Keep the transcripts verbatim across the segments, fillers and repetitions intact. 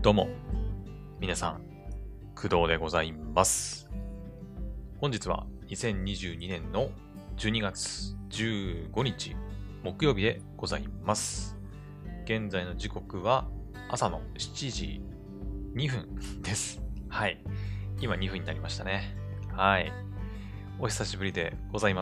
どうも、皆さん、工藤でございます。本日はにせんにじゅうにねんのじゅうにがつじゅうごにち木曜日でございます。現在の時刻は朝のしちじにふんです。はい。今にふんになりましたね。はい。お久しぶりでございます。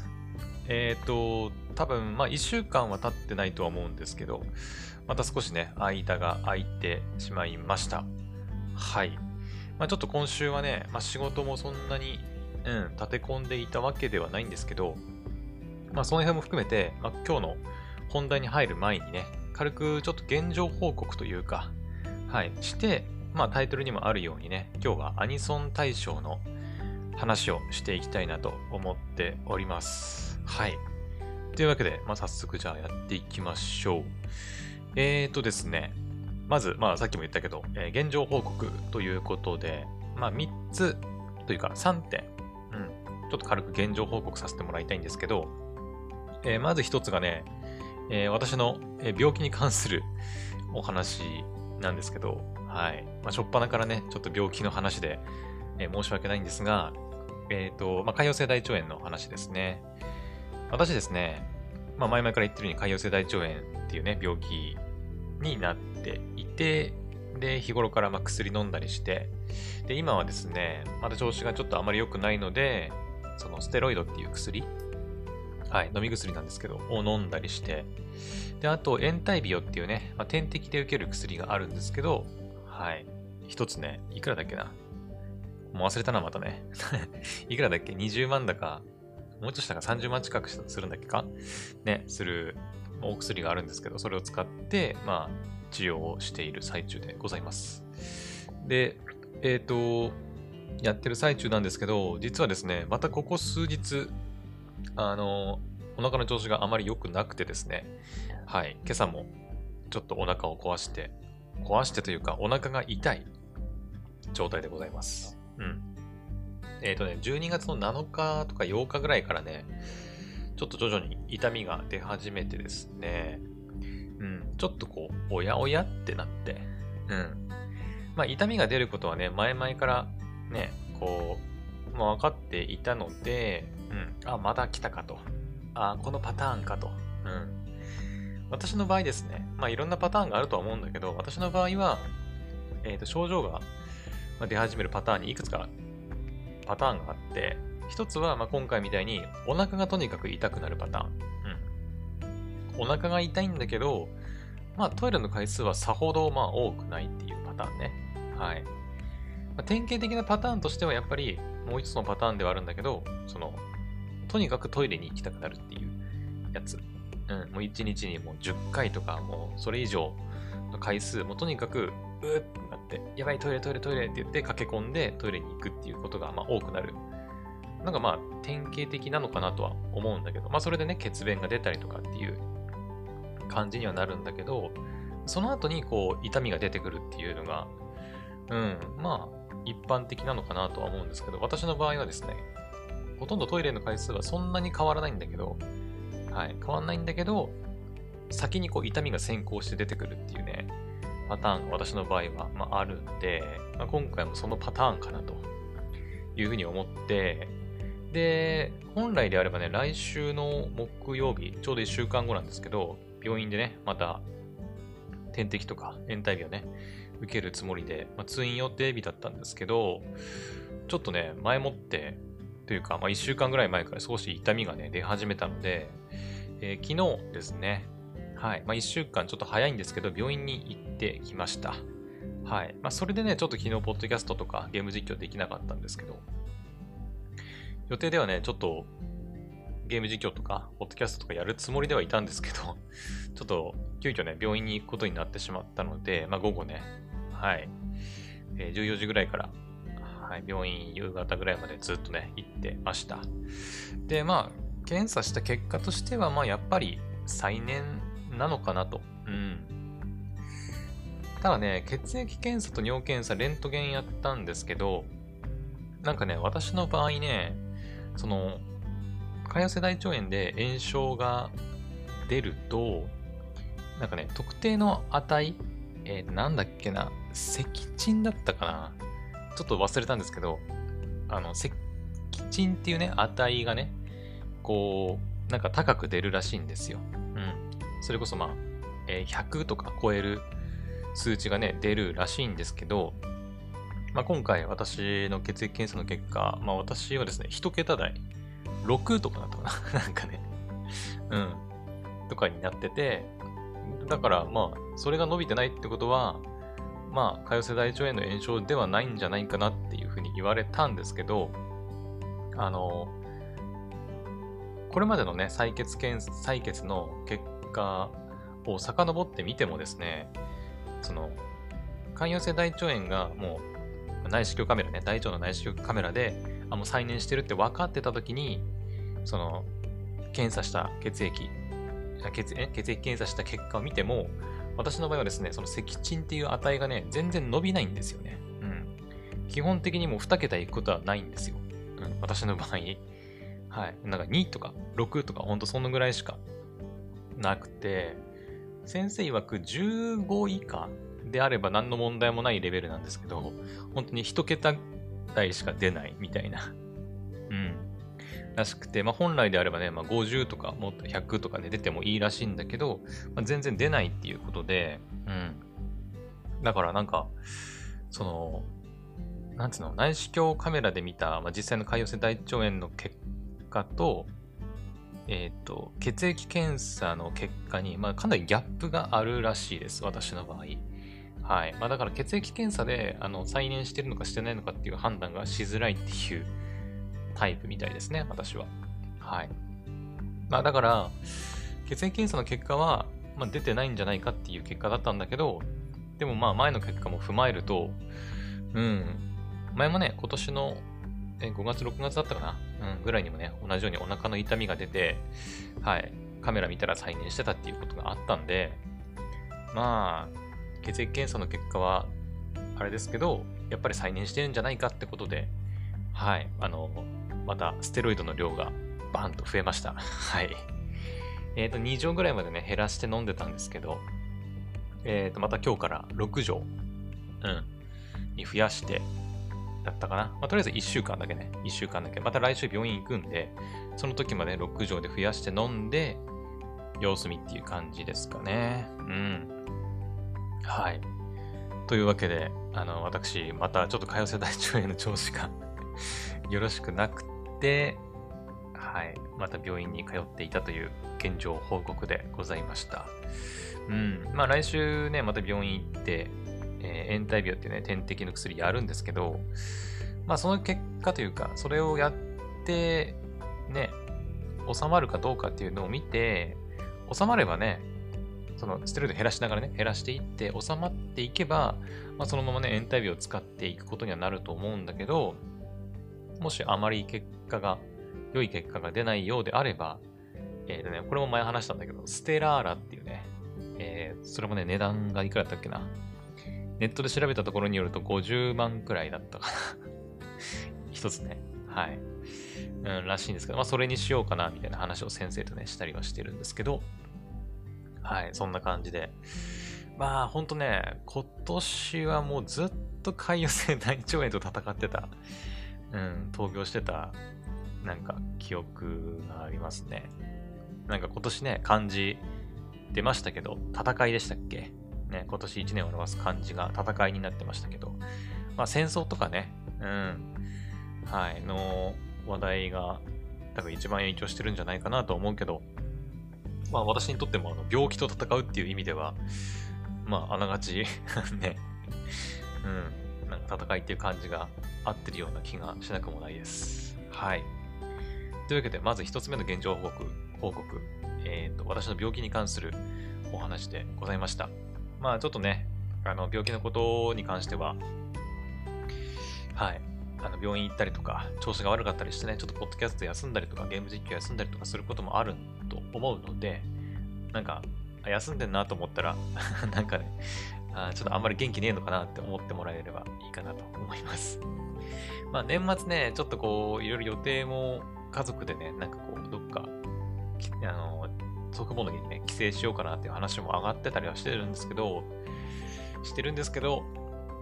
えっと、多分、まあいっしゅうかんは経ってないとは思うんですけど、また少しね、間が空いてしまいました。はい。まあ、ちょっと今週はね、まあ、仕事もそんなに、うん、立て込んでいたわけではないんですけど、まあ、その辺も含めて、まあ、今日の本題に入る前にね、軽くちょっと現状報告というか、はい、して、まあ、タイトルにもあるようにね、今日はアニソン大賞の話をしていきたいなと思っております。はい。というわけで、まあ、早速じゃあやっていきましょう。えーとですね、まず、まあさっきも言ったけど、えー現状報告ということで、まあみっつというかさんてん、うん、ちょっと軽く現状報告させてもらいたいんですけど、えーまずひとつがね、えー私のえー病気に関するお話なんですけど、はい。まあ、初っ端からね、ちょっと病気の話で、えー申し訳ないんですが、えっと、まあ、潰瘍性大腸炎の話ですね。私ですね、まあ、前々から言ってるように潰瘍性大腸炎っていうね、病気になっていて、で、日頃からまあ薬飲んだりして、で、今はですね、まだ調子がちょっとあまり良くないので、そのステロイドっていう薬、はい、飲み薬なんですけど、を飲んだりして、で、あと、エンタイビオっていうね、まあ、点滴で受ける薬があるんですけど、はい、一つね、いくらだっけな。もう忘れたな、またね。いくらだっけ ?にじゅう 万だか、もうちょっとしたかさんじゅうまん近くするんだっけかね、するお薬があるんですけど、それを使って、まあ、治療をしている最中でございます。で、えっと、やってる最中なんですけど、実はですね、またここ数日、あの、お腹の調子があまり良くなくてですね、はい、今朝もちょっとお腹を壊して、壊してというか、お腹が痛い状態でございます。うん。えっとね、じゅうにがつのなのかとかようかぐらいからね、ちょっと徐々に痛みが出始めてですね、うん、ちょっとこう、おやおやってなって、うん。まあ、痛みが出ることはね、前々からね、こう、まあ、分かっていたので、うん、あ、まだ来たかと。あ、このパターンかと。うん。私の場合ですね、まあ、いろんなパターンがあるとは思うんだけど、私の場合は、えっと、症状がまあ出始めるパターンにいくつかパターンがあって、一つは、まあ、今回みたいにお腹がとにかく痛くなるパターン。うん。お腹が痛いんだけど、まあトイレの回数はさほどまあ多くないっていうパターンね。はい。まあ、典型的なパターンとしてはやっぱりもう一つのパターンではあるんだけど、その、とにかくトイレに行きたくなるっていうやつ。うん。もう一日にもうじゅっかいとか、もうそれ以上の回数、もうとにかく、うーってなって、やばいトイレトイレトイレって言って駆け込んでトイレに行くっていうことがまあ多くなる。なんかまあ典型的なのかなとは思うんだけど、まあそれでね、血便が出たりとかっていう感じにはなるんだけど、その後にこう痛みが出てくるっていうのが、うん、まあ一般的なのかなとは思うんですけど、私の場合はですね、ほとんどトイレの回数はそんなに変わらないんだけど、はい、変わらないんだけど、先にこう痛みが先行して出てくるっていうね、パターンが私の場合は、まあ、あるんで、まあ、今回もそのパターンかなというふうに思って、で、本来であればね、来週の木曜日、ちょうどいっしゅうかんごなんですけど、病院でね、また点滴とか延滞日をね、受けるつもりで、まあ、通院予定日だったんですけど、ちょっとね、前もって、というか、まあ、いっしゅうかんぐらい前から少し痛みがね、出始めたので、えー昨日ですね、はい、まあ、いっしゅうかんちょっと早いんですけど、病院に行ってきました。はい。まあ、それでね、ちょっと昨日、ポッドキャストとかゲーム実況できなかったんですけど、予定ではね、ちょっとゲーム実況とか、ポッドキャストとかやるつもりではいたんですけど、ちょっと急遽ね、病院に行くことになってしまったので、まあ午後ね、はい、えーじゅうよじぐらいから、はい、病院夕方ぐらいまでずっとね、行ってました。で、まあ、検査した結果としては、まあやっぱり再燃なのかなと。うん。ただね、血液検査と尿検査、レントゲンやったんですけど、なんかね、私の場合ね、その、潰瘍性大腸炎で炎症が出ると、なんかね、特定の値、えーなんだっけな、 赤鎮だったかな。ちょっと忘れたんですけど、あの、赤鎮っていうね、値がね、こう、なんか高く出るらしいんですよ。うん。それこそまあ、えーひゃくとか超える数値がね、出るらしいんですけど、まあ、今回私の血液検査の結果、まあ私はですね、一桁台、ろくとかだったかな。なんかね、うん。とかになってて、だからまあ、それが伸びてないってことは、まあ、潰瘍性大腸炎の炎症ではないんじゃないかなっていうふうに言われたんですけど、あの、これまでのね、採血検採血の結果を遡ってみてもですね、その、潰瘍性大腸炎がもう内視鏡カメラね、大腸の内視鏡カメラで、あ、もう再燃してるって分かってた時に、その、検査した血液、血え血液検査した結果を見ても、私の場合はですね、その赤鎮っていう値がね、全然伸びないんですよね。うん。基本的にもうに桁いくことはないんですよ。うん、私の場合。はい。なんかにとかろくとか、ほんとそのぐらいしかなくて、先生曰くじゅうご以下であれば何の問題もないレベルなんですけど、本当にいち桁台しか出ないみたいな。うん。らしくて、まあ本来であればね、まあ、ごじゅうとかもっとひゃくとかで出てもいいらしいんだけど、まあ、全然出ないっていうことで、うん。だからなんか、その、なんつうの、内視鏡カメラで見た、まあ、実際の潰瘍性大腸炎の結果と、えっと、血液検査の結果に、まあ、かなりギャップがあるらしいです、私の場合。はい。まあ、だから血液検査で、あの、再燃してるのかしてないのかっていう判断がしづらいっていうタイプみたいですね、私は。はい。まあ、だから、血液検査の結果は、まあ、出てないんじゃないかっていう結果だったんだけど、でもまあ、前の結果も踏まえると、うん、前もね、今年のえごがつ、ろくがつだったかな、うん、ぐらいにもね、同じようにお腹の痛みが出て、はい、カメラ見たら再燃してたっていうことがあったんで、まあ、血液検査の結果は、あれですけど、やっぱり再燃してるんじゃないかってことで、はい、あの、またステロイドの量がバーンと増えました。はい。えっと、に錠ぐらいまでね、減らして飲んでたんですけど、えっと、また今日からろく錠、うん、に増やして、だったかな。まあ、とりあえずいっしゅうかんだけね。いっしゅうかんだけ。また来週病院行くんで、その時までろく錠で増やして飲んで、様子見っていう感じですかね。うん。はい。というわけで、あの、私、またちょっと潰瘍性大腸炎の調子がよろしくなくて、はい。また病院に通っていたという現状報告でございました。うん。まあ来週ね、また病院行って、えー、延滞病っていうね、点滴の薬やるんですけど、まあその結果というか、それをやって、ね、収まるかどうかっていうのを見て、収まればね、そのステロイド減らしながらね、減らしていって、収まっていけば、まあそのままね、延滞病を使っていくことにはなると思うんだけど、もしあまり結果が、良い結果が出ないようであれば、えっ、ー、とね、これも前話したんだけど、ステラーラっていうね、えー、それもね、値段がいくらだったっけな。ネットで調べたところによるとごじゅうまんくらいだったかな。一つね。はい。うん、らしいんですけど、まあそれにしようかな、みたいな話を先生とね、したりはしてるんですけど、はい、そんな感じで。まあほんとね、今年はもうずっと潰瘍性大腸炎と戦ってた、うん、闘病してた、なんか記憶がありますね。なんか今年ね、漢字出ましたけど、戦いでしたっけね、今年いちねんを表す漢字が戦いになってましたけど、まあ戦争とかね、うん、はい、の話題が多分一番影響してるんじゃないかなと思うけど、まあ私にとってもあの病気と戦うっていう意味では、まああながちね、うん、なんか戦いっていう感じが合ってるような気がしなくもないです。はい。というわけで、まず一つ目の現状報告、報告、えっと、私の病気に関するお話でございました。まあちょっとね、あの病気のことに関しては、はい、あの病院行ったりとか、調子が悪かったりしてね、ちょっとポッドキャスト休んだりとか、ゲーム実況休んだりとかすることもあると思うので、なんか、休んでんなと思ったら、なんかねあ、ちょっとあんまり元気ねえのかなって思ってもらえればいいかなと思います。まあ年末ね、ちょっとこう、いろいろ予定も家族でね、なんかこう、どっか、あの、祖父母の家にね、帰省しようかなっていう話も上がってたりはしてるんですけど、してるんですけど、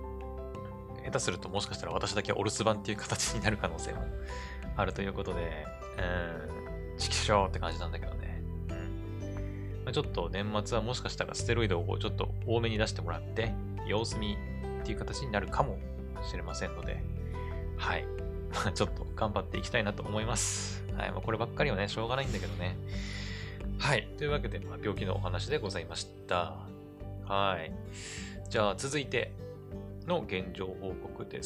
下手するともしかしたら私だけお留守番っていう形になる可能性もあるということで、うん、チキショーって感じなんだけどね。うんまあ、ちょっと年末はもしかしたらステロイドをちょっと多めに出してもらって、様子見っていう形になるかもしれませんので、はい。まあちょっと頑張っていきたいなと思います。はい。まあ、こればっかりはね、しょうがないんだけどね。はい。というわけで、まあ、病気のお話でございました。はい。じゃあ、続いての現状報告です。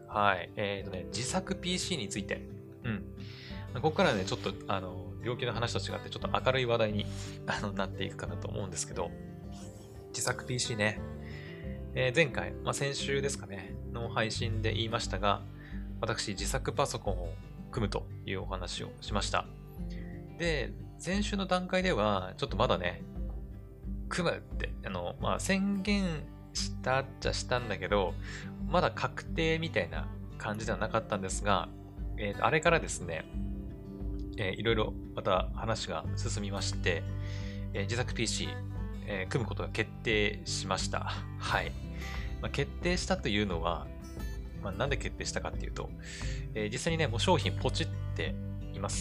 はい。えっ、ー、とね、自作 ピーシー について。うん。ここからはね、ちょっと、あの、病気の話と違って、ちょっと明るい話題にあのなっていくかなと思うんですけど、自作 ピーシー ね。えー、前回、まあ、先週ですかね、の配信で言いましたが、私、自作パソコンを組むというお話をしました。で、先週の段階では、ちょっとまだね、組むって、あの、まあ、宣言したっちゃしたんだけど、まだ確定みたいな感じではなかったんですが、えー、あれからですね、えー、いろいろまた話が進みまして、えー、自作 ピーシー、えー、組むことが決定しました。はい。まあ、決定したというのは、まあ、なんで決定したかっていうと、えー、実際にね、もう商品ポチっています。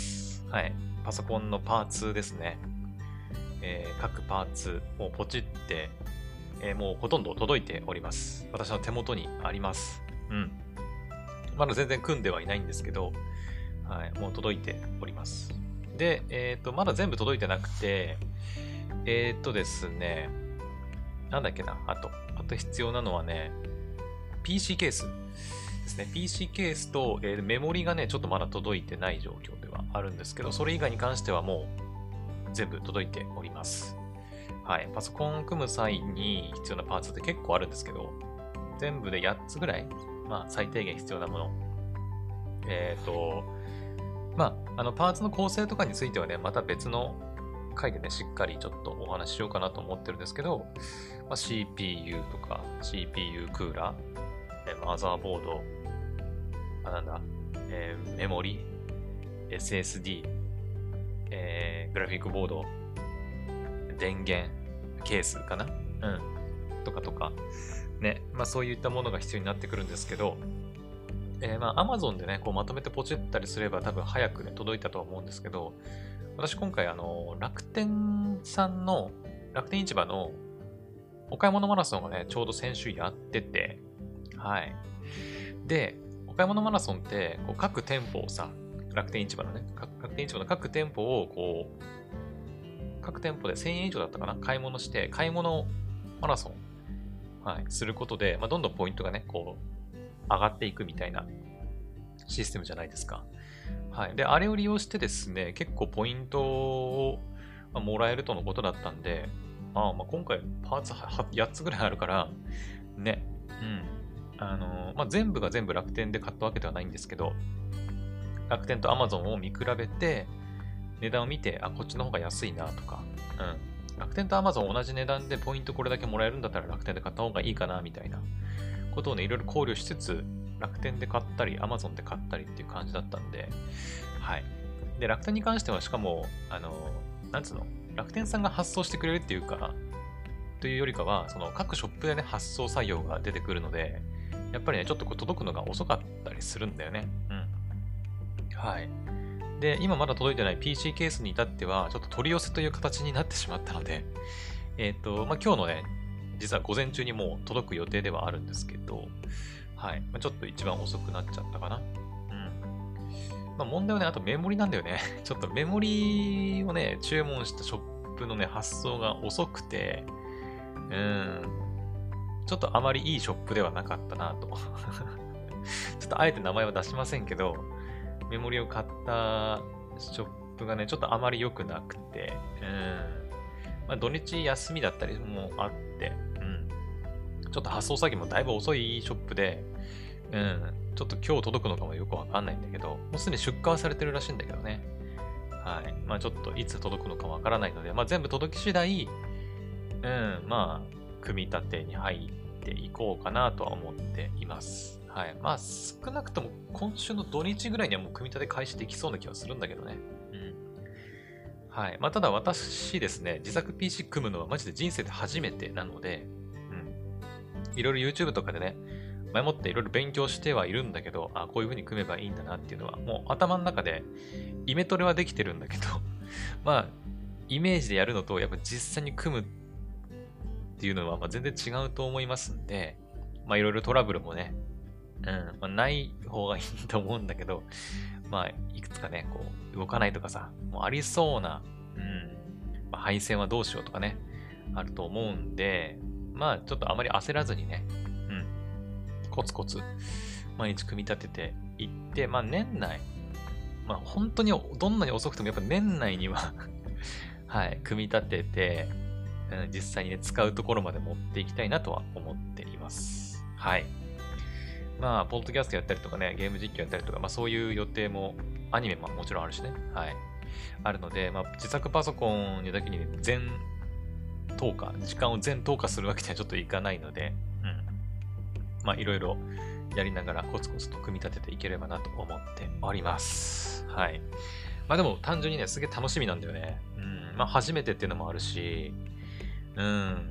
はい。パソコンのパーツですね。えー、各パーツをポチって、えー、もうほとんど届いております。私の手元にあります。うん。まだ全然組んではいないんですけど、はい、もう届いております。で、えっと、まだ全部届いてなくて、えっとですね、なんだっけな、あと、あと必要なのはね、ピーシー ケースですね。ピーシー ケースと、えー、メモリがね、ちょっとまだ届いてない状況ではあるんですけど、それ以外に関してはもう全部届いております。はい。パソコン組む際に必要なパーツって結構あるんですけど、全部でやっつぐらい、まあ最低限必要なもの。えっと、まあ、あのパーツの構成とかについてはね、また別の回でね、しっかりちょっとお話ししようかなと思ってるんですけど、まあ、シーピーユー とか シーピーユー クーラー、マザーボード、あ、なんだ、えー、メモリ、エスエスディー、えー、グラフィックボード、電源、ケースかなうん。とかとか、ね、まあそういったものが必要になってくるんですけど、えー、まあ Amazon でね、こうまとめてポチったりすれば多分早くね、届いたとは思うんですけど、私今回あの、楽天さんの、楽天市場のお買い物マラソンがね、ちょうど先週やってて、はい。で、お買い物マラソンって、こう各店舗をさ、楽天市場のね、楽天市場の各店舗を、こう、各店舗でせんえん以上だったかな、買い物して、買い物マラソン、はい、することで、まあ、どんどんポイントがね、こう、上がっていくみたいなシステムじゃないですか。はい。で、あれを利用してですね、結構ポイントをもらえるとのことだったんで、あまあ今回パーツやっつぐらいあるから、ね、うん。あのー、まあ、全部が全部楽天で買ったわけではないんですけど、楽天と Amazon を見比べて、値段を見て、あ、こっちの方が安いなとか、うん。楽天と Amazon 同じ値段でポイントこれだけもらえるんだったら楽天で買った方がいいかな、みたいなことをね、いろいろ考慮しつつ、楽天で買ったり、Amazon で買ったりっていう感じだったんで、はい。で、楽天に関しては、しかも、あの、なんつうの、楽天さんが発送してくれるっていうか、というよりかは、その各ショップでね、発送作業が出てくるので、やっぱりね、ちょっとこう届くのが遅かったりするんだよね。うん。はい。で、今まだ届いてない ピーシー ケースに至っては、ちょっと取り寄せという形になってしまったので、えっと、まあ、今日のね、実は午前中にもう届く予定ではあるんですけど、はい。まあ、ちょっと一番遅くなっちゃったかな。うん。まあ、問題はね、あとメモリなんだよね。ちょっとメモリをね、注文したショップのね、発送が遅くて、うーん。ちょっとあまりいいショップではなかったなと。ちょっとあえて名前は出しませんけど、メモリを買ったショップがね、ちょっとあまり良くなくて、うん。まあ、土日休みだったりもあって、うん。ちょっと発送先もだいぶ遅いショップで、うん。ちょっと今日届くのかもよくわかんないんだけど、もうすでに出荷はされてるらしいんだけどね。はい。まあちょっといつ届くのかわからないので、まあ全部届き次第、うん、まあ、組み立てに入っていこうかなとは思っています。はい。まあ少なくとも今週の土日ぐらいにはもう組み立て開始できそうな気はするんだけどね。うん。はい。まあただ私ですね、自作 ピーシー 組むのはマジで人生で初めてなので、うん。いろいろ YouTube とかでね、 前もっていろいろ勉強してはいるんだけど、あ、こういう風に組めばいいんだなっていうのは、もう頭の中でイメトレはできてるんだけど、まあ、イメージでやるのと、やっぱ実際に組むっていうのはまあ全然違うと思いますんで、まあいろいろトラブルもね、うん、まあ、ない方がいいと思うんだけど、まあ、いくつかね、こう、動かないとかさ、もうありそうな、うん、まあ、配線はどうしようとかね、あると思うんで、まあ、ちょっとあまり焦らずにね、うん、コツコツ、毎日組み立てていって、まあ、年内、まあ、本当にどんなに遅くてもやっぱ年内にははい、組み立てて、うん、実際にね、使うところまで持っていきたいなとは思っています。はい。まあ、ポッドキャストやったりとかね、ゲーム実況やったりとか、まあそういう予定も、アニメももちろんあるしね、はい。あるので、まあ自作パソコンにだけに全投下、時間を全投下するわけにはちょっといかないので、うん。まあいろいろやりながらコツコツと組み立てていければなと思っております。はい。まあでも単純にね、すげえ楽しみなんだよね。うん。まあ初めてっていうのもあるし、うん。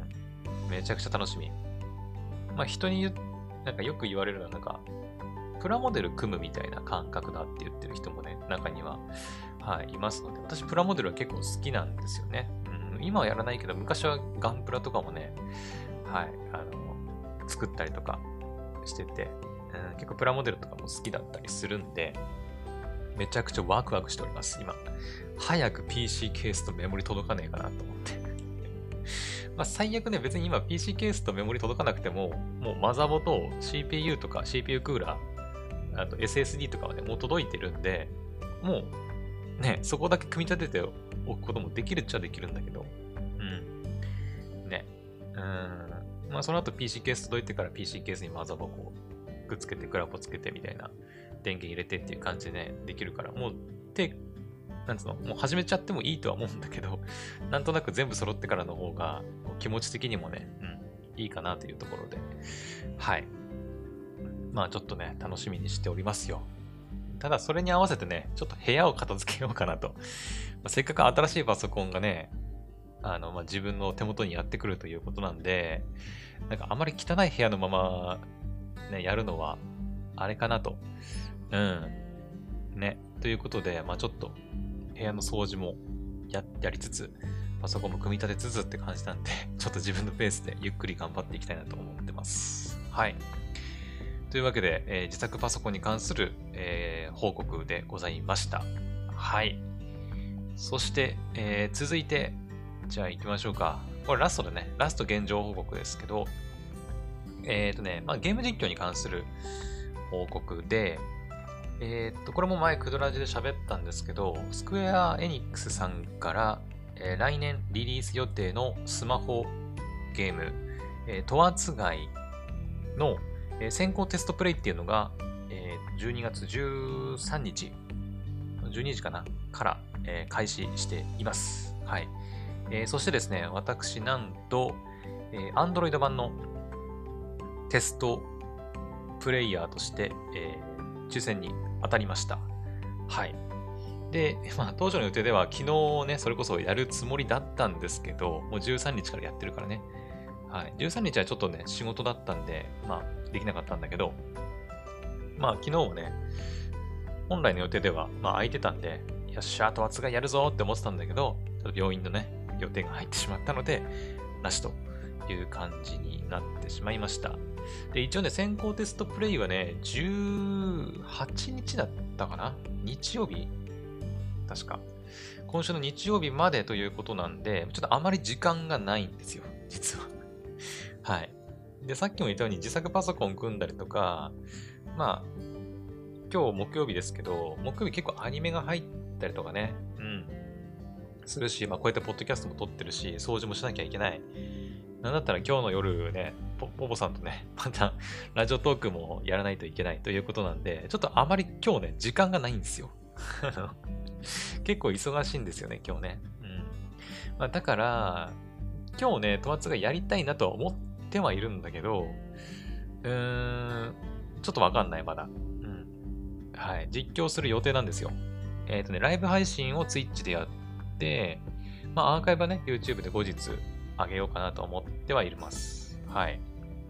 めちゃくちゃ楽しみ。まあ人に言って、なんかよく言われるのは、なんか、プラモデル組むみたいな感覚だって言ってる人もね、中には、はい、いますので、私、プラモデルは結構好きなんですよね。うん、今はやらないけど、昔はガンプラとかもね、はい、あの、作ったりとかしてて、うん、結構プラモデルとかも好きだったりするんで、めちゃくちゃワクワクしております、今。早く ピーシー ケースとメモリ届かねえかなと思って。まあ最悪ね、別に今 ピーシー ケースとメモリ届かなくても、もうマザボと シーピーユー とか シーピーユー クーラー、あと エスエスディー とかはね、もう届いてるんで、もうね、そこだけ組み立てておくこともできるっちゃできるんだけど、うん。ね。うーん。まあその後 ピーシー ケース届いてから ピーシー ケースにマザボこう、くっつけて、クラボつけてみたいな、電源入れてっていう感じでね、できるから、もう手、なんつうの、もう始めちゃってもいいとは思うんだけど、なんとなく全部揃ってからの方が、気持ち的にもね、うん、いいかなというところで、はい。まあちょっとね、楽しみにしておりますよ。ただそれに合わせてね、ちょっと部屋を片付けようかなと。まあ、せっかく新しいパソコンがね、あの、まあ、自分の手元にやってくるということなんで、なんかあまり汚い部屋のまま、ね、やるのは、あれかなと。うん。ね。ということで、まあちょっと、部屋の掃除もや、やりつつ、パソコンも組み立てつつって感じなんで、ちょっと自分のペースでゆっくり頑張っていきたいなと思ってます。はい。というわけで、えー自作パソコンに関する、えー報告でございました。はい。そして、えー続いて、じゃあ行きましょうか。これラストでね、ラスト現状報告ですけど、えっとね、まあ、ゲーム実況に関する報告で、えーっと、これも前クドラジで喋ったんですけど、スクエア・エニックスさんから、えー来年リリース予定のスマホゲーム、えー、トワツガイの、えー先行テストプレイっていうのが、えーじゅうにがつじゅうさんにち、じゅうにじかなから、えー開始しています。はい。えーそしてですね、私なんと、えー Android 版のテストプレイヤーとして、えー抽選に当たりました。はい。で、まあ、当初の予定では昨日ね、それこそやるつもりだったんですけど、もうじゅうさんにちからやってるからね。はい。じゅうさんにちはちょっとね、仕事だったんで、まあ、できなかったんだけど、まあ、昨日もね、本来の予定では、まあ、空いてたんで、よっしゃ、あとはつがやるぞって思ってたんだけど、ちょっと病院のね、予定が入ってしまったので、なしという感じになってしまいました。で、一応ね、先行テストプレイはね、じゅうはちにちだったかな？日曜日確か。今週の日曜日までということなんで、ちょっとあまり時間がないんですよ、実は。はい。で、さっきも言ったように自作パソコン組んだりとか、まあ、今日木曜日ですけど、木曜日結構アニメが入ったりとかね、うん、するし、まあこうやってポッドキャストも撮ってるし、掃除もしなきゃいけない。なんだったら今日の夜ね、ポポポさんとね、またラジオトークもやらないといけないということなんで、ちょっとあまり今日ね、時間がないんですよ。結構忙しいんですよね、今日ね。うん。まあ、だから、今日ね、トワツがやりたいなとは思ってはいるんだけど、うーん、ちょっとわかんない、まだ。うん。はい。実況する予定なんですよ。えっとね、ライブ配信を Twitch でやって、まあ、アーカイブはね、YouTube で後日上げようかなと思ってはいます。はい。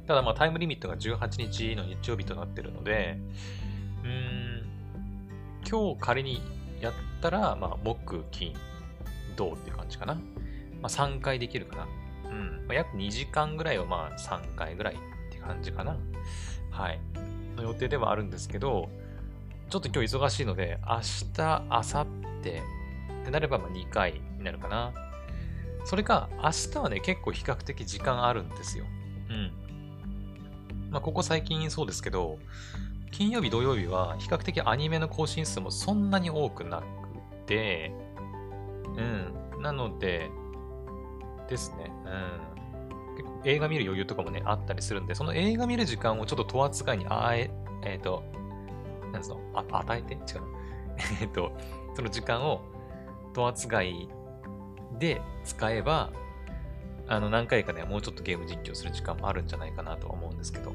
ただまあタイムリミットがじゅうはちにちの日曜日となってるので、うーん、今日仮にやったら、まあ木、金、土っていう感じかな。まあさんかいできるかな。うん。まあ、約にじかんぐらいをまあさんかいぐらいって感じかな。はい。の予定ではあるんですけど、ちょっと今日忙しいので、明日、明後日ってなればまあにかいになるかな。それか、明日はね、結構比較的時間あるんですよ。うん。まあ、ここ最近そうですけど、金曜日、土曜日は比較的アニメの更新数もそんなに多くなくて、うん。なので、ですね。うん。結構映画見る余裕とかもね、あったりするんで、その映画見る時間をちょっと問わずがいに、あえ、えっ、ー、と、なんつうの、あ、与えて違う。えっと、その時間を問わずがいで使えば、あの、何回かね、もうちょっとゲーム実況する時間もあるんじゃないかなとは思うんですけど。うん。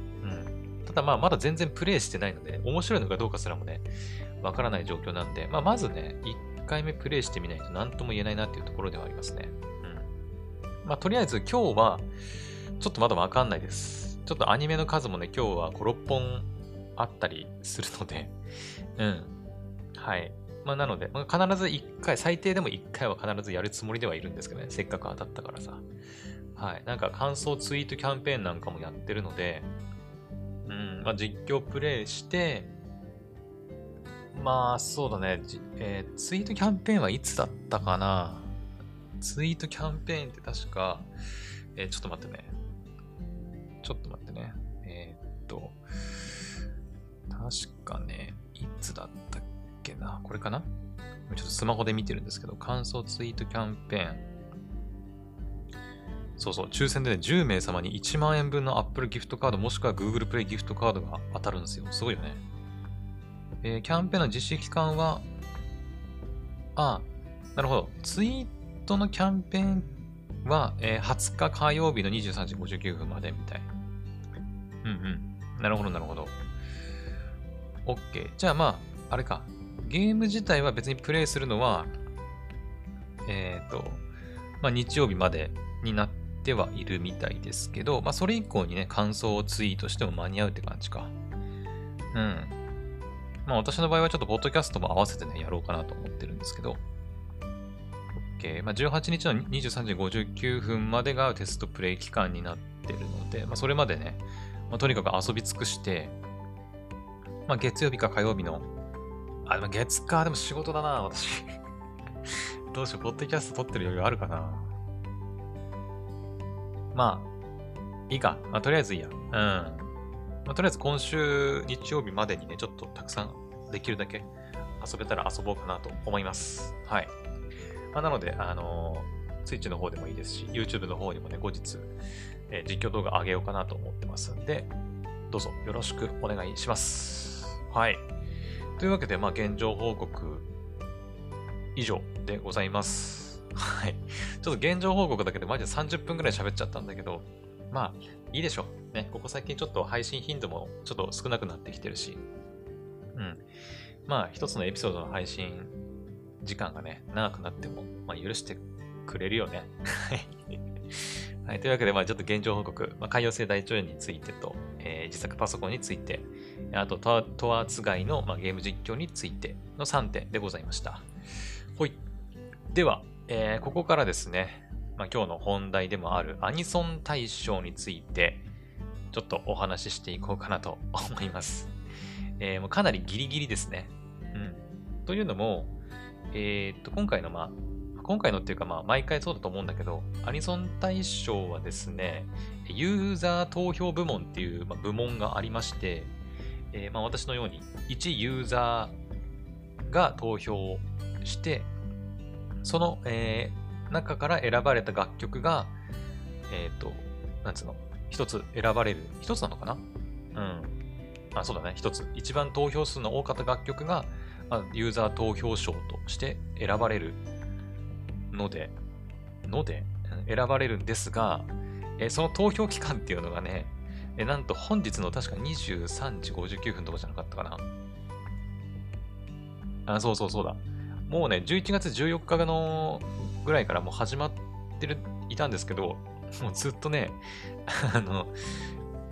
ただまあ、まだ全然プレイしてないので、面白いのかどうかすらもね、わからない状況なんで、まあ、まずね、いっかいめプレイしてみないと何とも言えないなっていうところではありますね。うん。まあ、とりあえず今日は、ちょっとまだわかんないです。ちょっとアニメの数もね、今日はご、ろっぽんあったりするので、うん。はい。まあ、なので、まあ、必ずいっかい、最低でもいっかいは必ずやるつもりではいるんですけどね。せっかく当たったからさ。はい。なんか感想ツイートキャンペーンなんかもやってるので、うん、まあ、実況プレイして、まあ、そうだね。えー、ツイートキャンペーンはいつだったかな。ツイートキャンペーンって確か、えー、ちょっと待ってね。ちょっと待ってね。えー、っと、確かね、いつだったっけな。これかな？ちょっとスマホで見てるんですけど、感想ツイートキャンペーン。そうそう、抽選でね、じゅうめい様にいちまんえんぶんの Apple ギフトカードもしくは Google プレイギフトカードが当たるんですよ。すごいよね。えー、キャンペーンの実施期間は、ああ、なるほど。ツイートのキャンペーンは、えー、はつか火曜日のにじゅうさんじごじゅうきゅうふんまでみたい。うんうん。なるほど、なるほど。OK。じゃあまあ、あれか。ゲーム自体は別にプレイするのは、えっ、ー、と、まあ日曜日までになってはいるみたいですけど、まあそれ以降にね、感想をツイートしても間に合うって感じか。うん。まあ私の場合はちょっとポッドキャストも合わせてね、やろうかなと思ってるんですけど。OK。まあじゅうはちにちのにじゅうさんじごじゅうきゅうふんまでがテストプレイ期間になってるので、まあそれまでね、まあ、とにかく遊び尽くして、まあ月曜日か火曜日の、あ、でも月か、でも仕事だな、私。どうしよう、ポッドキャスト撮ってる余裕あるかな。まあ、いいか。まあ、とりあえずいいや。うん。まあ、とりあえず今週日曜日までにね、ちょっとたくさんできるだけ遊べたら遊ぼうかなと思います。はい。まあ、なので、あのー、Twitch の方でもいいですし、YouTube の方にもね、後日、えー、実況動画上げようかなと思ってますんで、どうぞよろしくお願いします。はい。というわけで、まあ、現状報告以上でございます。はい。ちょっと現状報告だけでマジでさんじゅっぷんくらい喋っちゃったんだけど、まあ、いいでしょう。ね、ここ最近ちょっと配信頻度もちょっと少なくなってきてるし、うん。まあ、一つのエピソードの配信時間がね、長くなっても、まあ、許してくれるよね。はい。はい。というわけで、まあ、ちょっと現状報告、まあ、海洋性大腸炎についてと、えー、自作パソコンについて、あと、トワーツ外の、まあ、ゲーム実況についてのさんてんでございました。ほい。では、えー、ここからですね、まあ、今日の本題でもあるアニソン大賞について、ちょっとお話ししていこうかなと思います。えー、もうかなりギリギリですね。うん。というのも、えー、っと、今回の、まあ、今回のっていうか、まあ、毎回そうだと思うんだけど、アニソン大賞はですね、ユーザー投票部門っていう、まあ、部門がありまして、えーまあ、私のように、一ユーザーが投票して、その、えー、中から選ばれた楽曲が、えっ、ー、と、なんつうの、一つ選ばれる。一つなのかな？うん。あ、そうだね。一つ。一番投票数の多かった楽曲が、まあ、ユーザー投票賞として選ばれるので、ので、選ばれるんですが、えー、その投票期間っていうのがね、えー、なんと本日の確かにじゅうさんじごじゅうきゅうふんとかじゃなかったかな。あ、そうそうそうだ。もうね、じゅういちがつじゅうよっかのぐらいからもう始まってる、いたんですけど、もうずっとね、あの、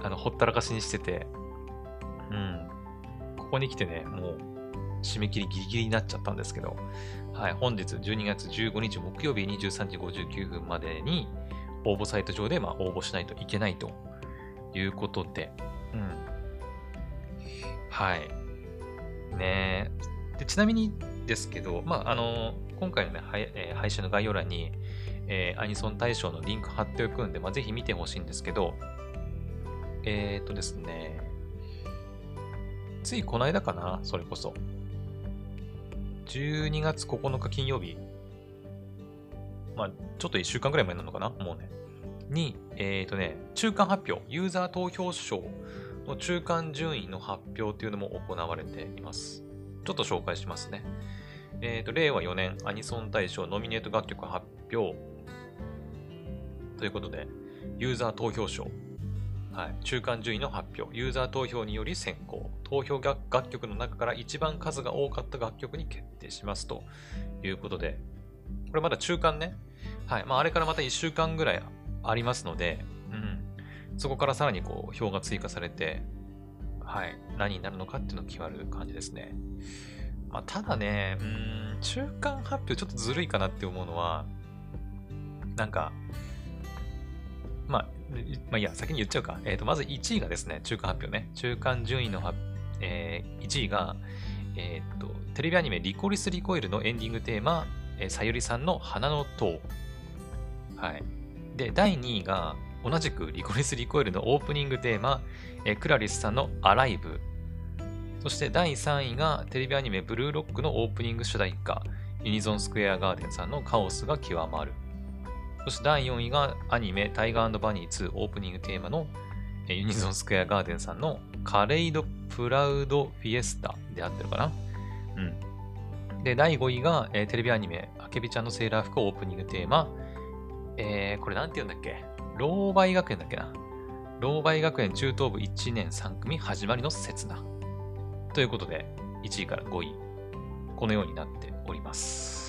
あの、ほったらかしにしてて、うん。ここに来てね、もう、締め切りギリギリになっちゃったんですけど、はい、本日じゅうにがつじゅうごにち木曜日にじゅうさんじごじゅうきゅうふんまでに、応募サイト上で、まあ、応募しないといけないということで、うん。はい。ねで、ちなみにですけど、まあ、あの、今回のね、はいえー配信の概要欄に、えーアニソン大賞のリンク貼っておくんで、まあ、ぜひ見てほしいんですけど、えーっとですね、ついこの間かな、それこそ。じゅうにがつここのか金曜日、まあ、ちょっといっしゅうかんぐらい前なのかな、もうね。に、えっとね、中間発表、ユーザー投票賞の中間順位の発表っていうのも行われています。ちょっと紹介しますね。えっと、れいわよねんアニソン大賞ノミネート楽曲発表ということで、ユーザー投票賞、はい、中間順位の発表、ユーザー投票により選考、投票楽楽曲の中から一番数が多かった楽曲に決定しますということで、これまだ中間ね、はい、まあ、あれからまたいっしゅうかんぐらいありますので、うん、そこからさらにこう票が追加されて、はい、何になるのかっていうのを決まる感じですね。まあ、ただね、うーん、中間発表ちょっとずるいかなって思うのは、なんか、まあ、いまあ、いや、先に言っちゃうか。えっ、と、まずいちいがですね、中間発表ね。中間順位の発、えーいちいが、えっ、と、テレビアニメリコリス・リコイルのエンディングテーマ、えーさゆりさんの花の塔。はい。で、だいにいが、同じくリコリス・リコイルのオープニングテーマ、えークラリスさんのアライブ。そしてだいさんいがテレビアニメブルーロックのオープニング主題歌、ユニゾンスクエアガーデンさんのカオスが極まる。そしてだいよんいがアニメタイガー&バニーツーオープニングテーマのえーユニゾンスクエアガーデンさんのカレイドプラウドフィエスタであってるかな。うん。で、だいごいが、えーテレビアニメアケビちゃんのセーラー服オープニングテーマ、えー、これなんて言うんだっけ、ローバイ学園だっけな。ローバイ学園中等部いちねんさん組始まりの刹那。ということで、いちいからごい、このようになっております。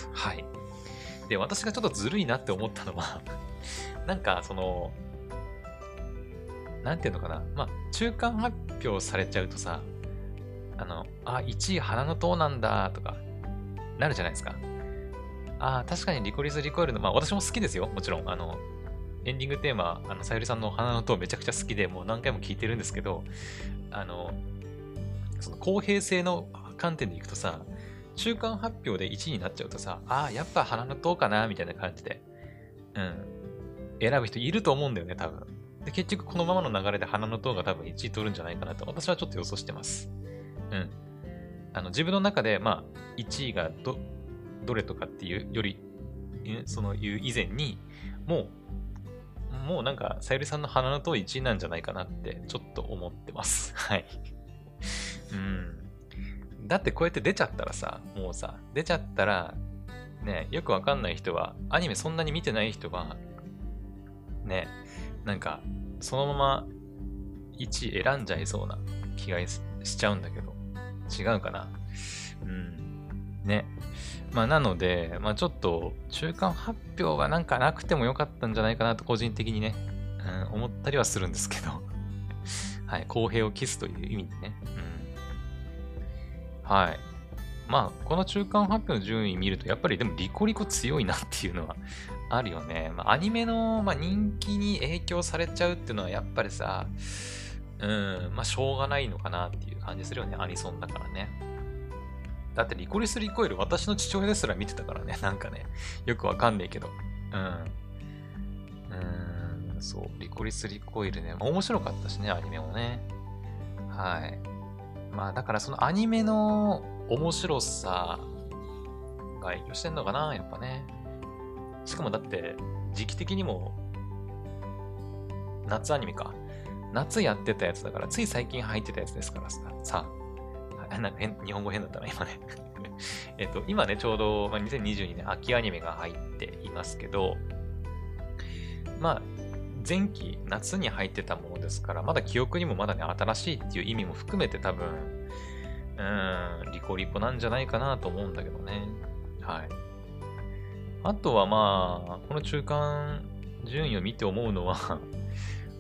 はい。で、私がちょっとずるいなって思ったのはなんか、その、なんていうのかな。まあ、中間発表されちゃうとさ、あの、あ、いちい花の塔なんだとか、なるじゃないですか。あ、確かにリコリス・リコイルの、まあ私も好きですよ。もちろん。あの、エンディングテーマ、あの、さゆりさんの花の塔めちゃくちゃ好きで、もう何回も聴いてるんですけど、あの、その公平性の観点でいくとさ、中間発表でいちいになっちゃうとさ、ああ、やっぱ花の塔かなみたいな感じで、うん、選ぶ人いると思うんだよね、多分。で、結局このままの流れで花の塔が多分いちい取るんじゃないかなと、私はちょっと予想してます。うん。あの、自分の中で、まあ、いちいがど、どれとかっていうより、そのいう以前に、もう、もうなんか、さゆりさんの花の塔いちいなんじゃないかなって、ちょっと思ってます。はい。うん。だってこうやって出ちゃったらさ、もうさ、出ちゃったら、ね、よくわかんない人は、アニメそんなに見てない人は、ね、なんか、そのままいちい選んじゃいそうな気がしちゃうんだけど、違うかな。うん。ね。まあ、なので、まあ、ちょっと、中間発表はなんかなくてもよかったんじゃないかなと、個人的にね、うん、思ったりはするんですけど。はい。公平を期すという意味でね。うん。はい。まあ、この中間発表の順位見ると、やっぱりでもリコリコ強いなっていうのはあるよね。まあ、アニメの、まあ、人気に影響されちゃうっていうのはやっぱりさ、うん、まあ、しょうがないのかなっていう感じするよね。アニソンだからね。だってリコリス・リコイル、私の父親ですら見てたからね。なんかね、よくわかんねえけど。うん。うーん、そう、リコリス・リコイルね。まあ、面白かったしね、アニメもね。はい。まあ、だからそのアニメの面白さが影響してんのかな、やっぱね。しかもだって、時期的にも、夏アニメか。夏やってたやつだから、つい最近入ってたやつですからさ。さあ、なんか変、日本語変だったな、今ね。えっと、今ね、ちょうど、まあ、にせんにじゅうにねん秋アニメが入っていますけど、まあ、前期、夏に入ってたものですから、まだ記憶にもまだね、新しいっていう意味も含めて多分、うーん、リコリコなんじゃないかなと思うんだけどね。はい。あとはまあ、この中間順位を見て思うのは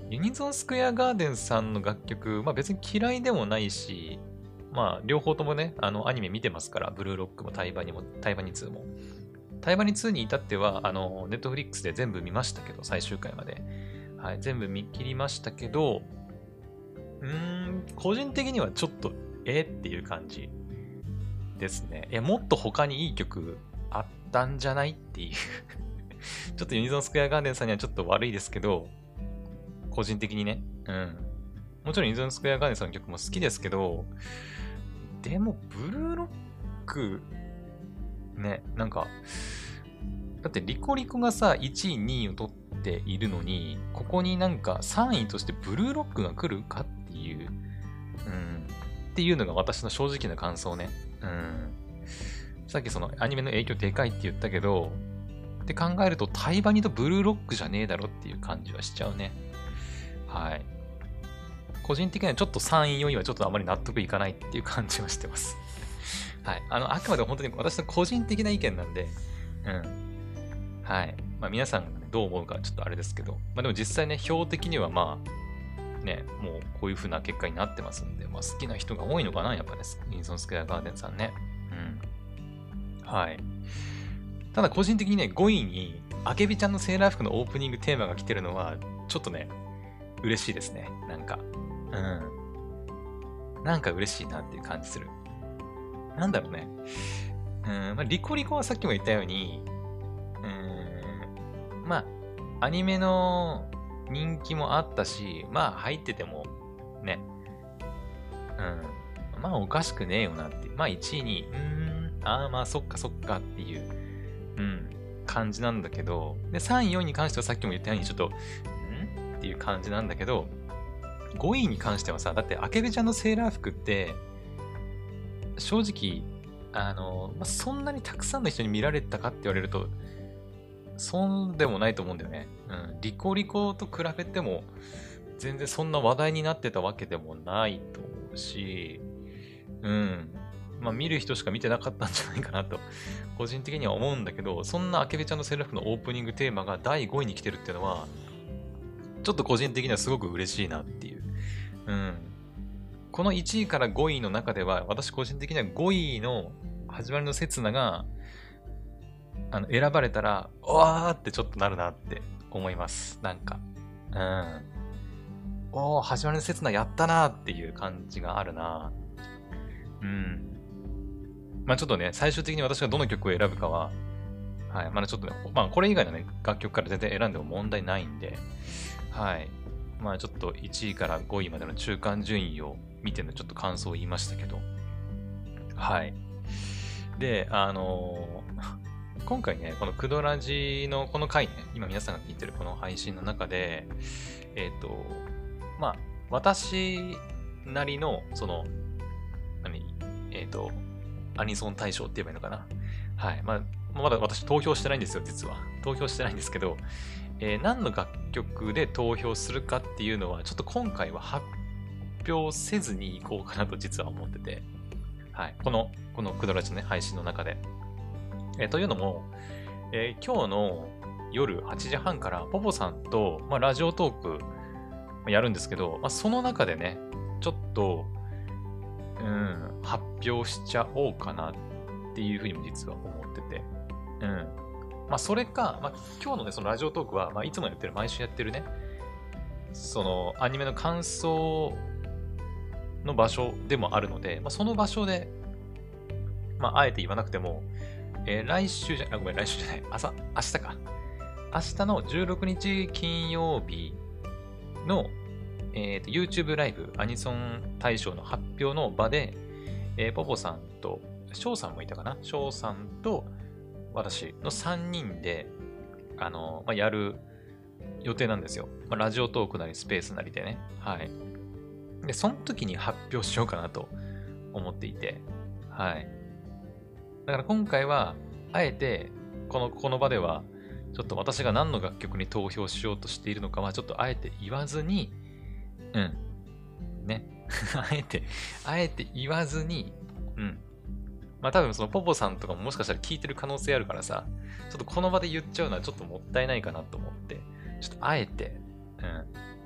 ユニゾンスクエアガーデンさんの楽曲、まあ別に嫌いでもないし、まあ両方ともね、あのアニメ見てますから、ブルーロックもタイバニも、タイバニツーも。タイバニツーに至っては、あの、ネットフリックスで全部見ましたけど、最終回まで。はい、全部見切りましたけど、うーん、個人的にはちょっと、えっていう感じですね。いや、もっと他にいい曲あったんじゃないっていうちょっとユニゾンスクエアガーデンさんにはちょっと悪いですけど、個人的にね。うん。もちろんユニゾンスクエアガーデンさんの曲も好きですけど、でも、ブルーロック、ね、なんか、だってリコリコがさ、いちい、にいを取っているのに、ここになんかさんいとしてブルーロックが来るかっていう、うん、っていうのが私の正直な感想ね。うん。さっきそのアニメの影響でかいって言ったけど、って考えるとタイバニとブルーロックじゃねえだろっていう感じはしちゃうね。はい。個人的にはちょっとさんい、よんいはちょっとあまり納得いかないっていう感じはしてます。はい。あの、あくまで本当に私の個人的な意見なんで、うん。はい。まあ皆さんが、ね、どう思うかちょっとあれですけど、まあでも実際ね、表的にはまあ、ね、もうこういう風な結果になってますんで、まあ好きな人が多いのかな、やっぱね、ユニゾンスクエアガーデンさんね。うん。はい。ただ個人的にね、ごいに、あけびちゃんのセーラー服のオープニングテーマが来てるのは、ちょっとね、嬉しいですね。なんか。うん。なんか嬉しいなっていう感じする。なんだろうね。うん、まあ、リコリコはさっきも言ったように、うん、まあ、アニメの人気もあったし、まあ、入ってても、ね、うん、まあ、おかしくねえよなって。まあ、いちいに、うーん、ああ、まあ、そっかそっかっていう、うん、感じなんだけど、で、さんい、よんいに関してはさっきも言ったように、ちょっと、んっていう感じなんだけど、ごいに関してはさ、だって、アケベちゃんのセーラー服って、正直、あの、まあ、そんなにたくさんの人に見られたかって言われると、そうでもないと思うんだよね。うん。リコリコと比べても、全然そんな話題になってたわけでもないと思うし、うん。まあ見る人しか見てなかったんじゃないかなと、個人的には思うんだけど、そんなアケベちゃんのセーラー服のオープニングテーマがだいごいに来てるっていうのは、ちょっと個人的にはすごく嬉しいなっていう。うん。このいちいからごいの中では、私個人的にはごいの始まりの刹那が、あの、選ばれたら、うわーってちょっとなるなって思います。なんか。うん。おー、始まりの刹那やったなーっていう感じがあるな。うん。まあちょっとね、最終的に私がどの曲を選ぶかは、はい。まだちょっとね、まあこれ以外のね、楽曲から全然選んでも問題ないんで、はい。まあちょっといちいからごいまでの中間順位を見てのちょっと感想を言いましたけど、はい。で、あのー今回ね、このクドラジのこの回ね、今皆さんが聞いてるこの配信の中で、えっ、と、まあ、私なりの、その、何えっ、と、アニソン大賞って言えばいいのかな。はい。まあ、まだ私投票してないんですよ、実は。投票してないんですけど、えー何の楽曲で投票するかっていうのは、ちょっと今回は発表せずに行こうかなと実は思ってて、はい。この、このクドラジのね、配信の中で。えーというのも、えー今日の夜はちじはんからポポさんと、まあ、ラジオトークやるんですけど、まあ、その中でね、ちょっと、うん、発表しちゃおうかなっていうふうにも実は思ってて。うん。まあ、それか、まあ、今日のね、そのラジオトークは、まあ、いつもやってる、毎週やってるね、そのアニメの感想の場所でもあるので、まあ、その場所で、まあ、あえて言わなくても、えー来週じゃ、あ、ごめん、来週じゃない、朝、明日か。明日のじゅうろくにち金曜日の、えーと、YouTube ライブ、アニソン大賞の発表の場で、えーポポさんと、翔さんもいたかな翔さんと私のさんにんで、あの、まあ、やる予定なんですよ。まあ、ラジオトークなりスペースなりでね。はい。で、その時に発表しようかなと思っていて、はい。だから今回は、あえて、この、この場では、ちょっと私が何の楽曲に投票しようとしているのかは、ちょっとあえて言わずに、うん。ね。あえて、あえて言わずに、うん。まあ多分そのポポさんとかももしかしたら聞いてる可能性あるからさ、ちょっとこの場で言っちゃうのはちょっともったいないかなと思って、ちょっとあえて、うん。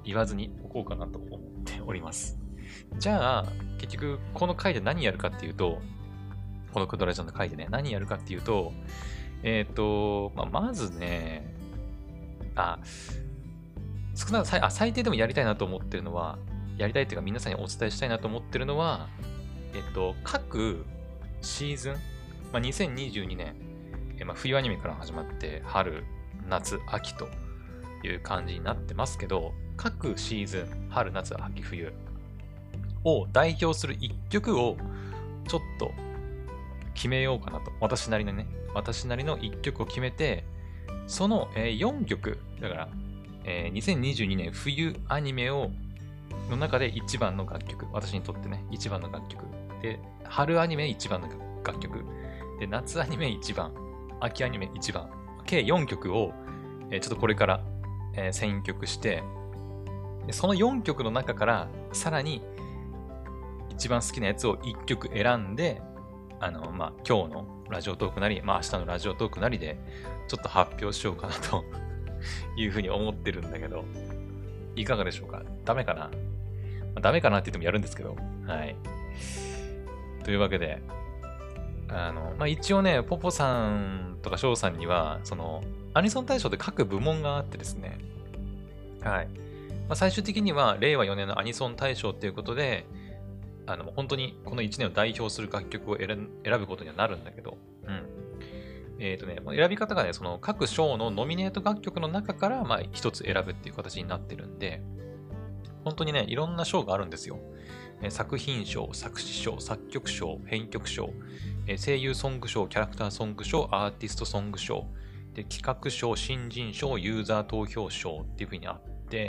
言わずにおこうかなと思っております。じゃあ、結局、この回で何やるかっていうと、このクドラジオの回でね、何やるかっていうと、えっ、ー、と、まあ、まずね、あ、少なくとも最低でもやりたいなと思ってるのは、やりたいっていうか皆さんにお伝えしたいなと思ってるのは、えっと、各シーズン、まあ、にせんにじゅうにねん、えまあ、冬アニメから始まって、春、夏、秋という感じになってますけど、各シーズン、春、夏、秋、冬を代表するいっきょくをちょっと決めようかなと。私なりのね、私なりのいっきょくを決めて、そのよんきょく、だから、えー、にせんにじゅうにねん冬アニメをの中で一番の楽曲、私にとってね、一番の楽曲。で、春アニメ一番の楽曲。で、夏アニメ一番、秋アニメ一番。計よんきょくを、えー、ちょっとこれから、えー、選曲して、でそのよんきょくの中から、さらに一番好きなやつをいっきょく選んで、あの、まあ、今日のラジオトークなり、まあ、明日のラジオトークなりで、ちょっと発表しようかなというふうに思ってるんだけど、いかがでしょうか？ダメかな？まあ、ダメかなって言ってもやるんですけど、はい。というわけで、あの、まあ、一応ね、ポポさんとかショウさんには、その、アニソン大賞で各部門があってですね、はい。まあ、最終的には、れいわよねんのアニソン大賞っていうことで、あの、本当にこのいちねんを代表する楽曲を選ぶことにはなるんだけど、うん。えっとね、選び方がね、その各賞のノミネート楽曲の中から、まあ、一つ選ぶっていう形になってるんで、本当にね、いろんな賞があるんですよ。えー、作品賞、作詞賞、作曲賞、編曲賞、えー、声優ソング賞、キャラクターソング賞、アーティストソング賞、で企画賞、新人賞、ユーザー投票賞っていう風にあって、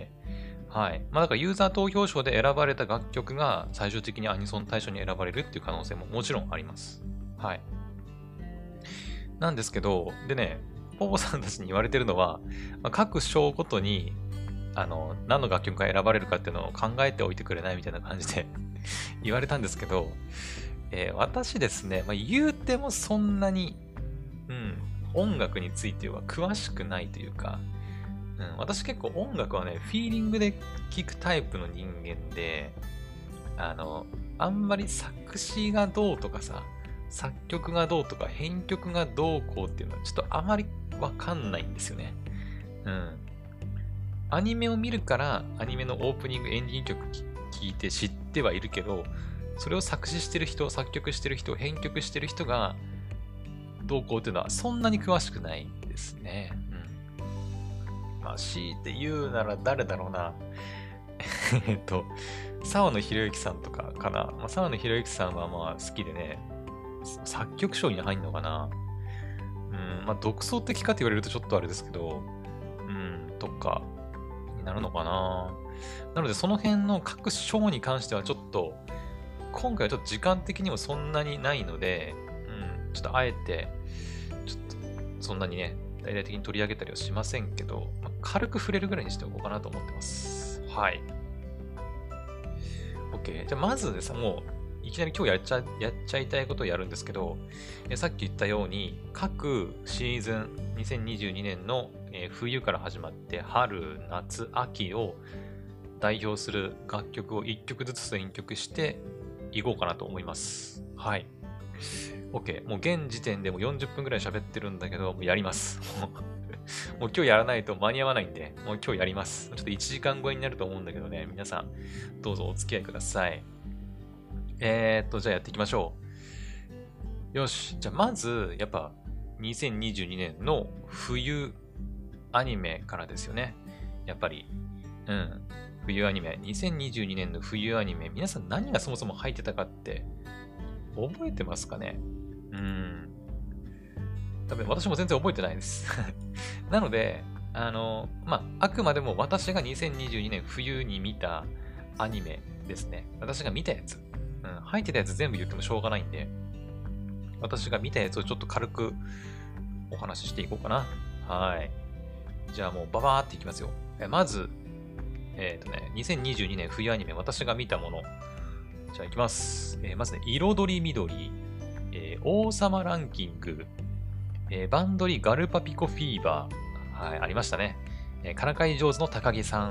はい。まあだからユーザー投票賞で選ばれた楽曲が最終的にアニソン大賞に選ばれるっていう可能性ももちろんあります。はい。なんですけど、でね、ポポさんたちに言われてるのは、まあ、各賞ごとに、あの、何の楽曲が選ばれるかっていうのを考えておいてくれないみたいな感じで言われたんですけど、えー、私ですね、まあ、言うてもそんなに、うん、音楽については詳しくないというか、うん、私結構音楽はね、フィーリングで聴くタイプの人間で、あの、あんまり作詞がどうとかさ、作曲がどうとか編曲がどうこうっていうのはちょっとあまりわかんないんですよね。うん。アニメを見るからアニメのオープニングエンディング曲聴いて知ってはいるけど、それを作詞してる人、作曲してる人、編曲してる人がどうこうっていうのはそんなに詳しくないですね。うん。まあ強いて言うなら誰だろうな。えっと、沢野博之さんとかかな。まあ、沢野博之さんはまあ好きでね、作曲賞に入んのかな。うん、まあ、独創的かって言われるとちょっとあれですけど、うん、とか、になるのかな。なので、その辺の各賞に関してはちょっと、今回はちょっと時間的にもそんなにないので、うん、ちょっとあえて、ちょっと、そんなにね、大々的に取り上げたりはしませんけど、まあ、軽く触れるぐらいにしておこうかなと思ってます。はい。OK。じゃあ、まずですね、もう、いきなり今日やっちゃ、やっちゃいたいことをやるんですけど、えさっき言ったように、各シーズン、にせんにじゅうにねんの、えー、冬から始まって、春、夏、秋を代表する楽曲をいっきょくずつ選曲していこうかなと思います。はい。OK。もう現時点でもうよんじゅっぷんぐらい喋ってるんだけど、もうやります。もう今日やらないと間に合わないんで、もう今日やります。ちょっといちじかん超えになると思うんだけどね、皆さん、どうぞお付き合いください。えーっと、じゃあやっていきましょう。よし。じゃあまず、やっぱ、にせんにじゅうにねんの冬アニメからですよね。やっぱり。うん。冬アニメ。にせんにじゅうにねんの冬アニメ。皆さん何がそもそも入ってたかって、覚えてますかね？うん。多分私も全然覚えてないです。なので、あの、まあ、あくまでも私がにせんにじゅうにねん冬に見たアニメですね。私が見たやつ。うん、入ってたやつ全部言ってもしょうがないんで、私が見たやつをちょっと軽くお話ししていこうかな。はい。じゃあもうババーっていきますよ。えまず、えっ、ー、とね、にせんにじゅうにねん冬アニメ、私が見たもの。じゃあいきます。えー、まずね、彩り緑、えー、王様ランキング、えー、バンドリガルパピコフィーバー。はい、ありましたね。えー、からかい上手の高木さん。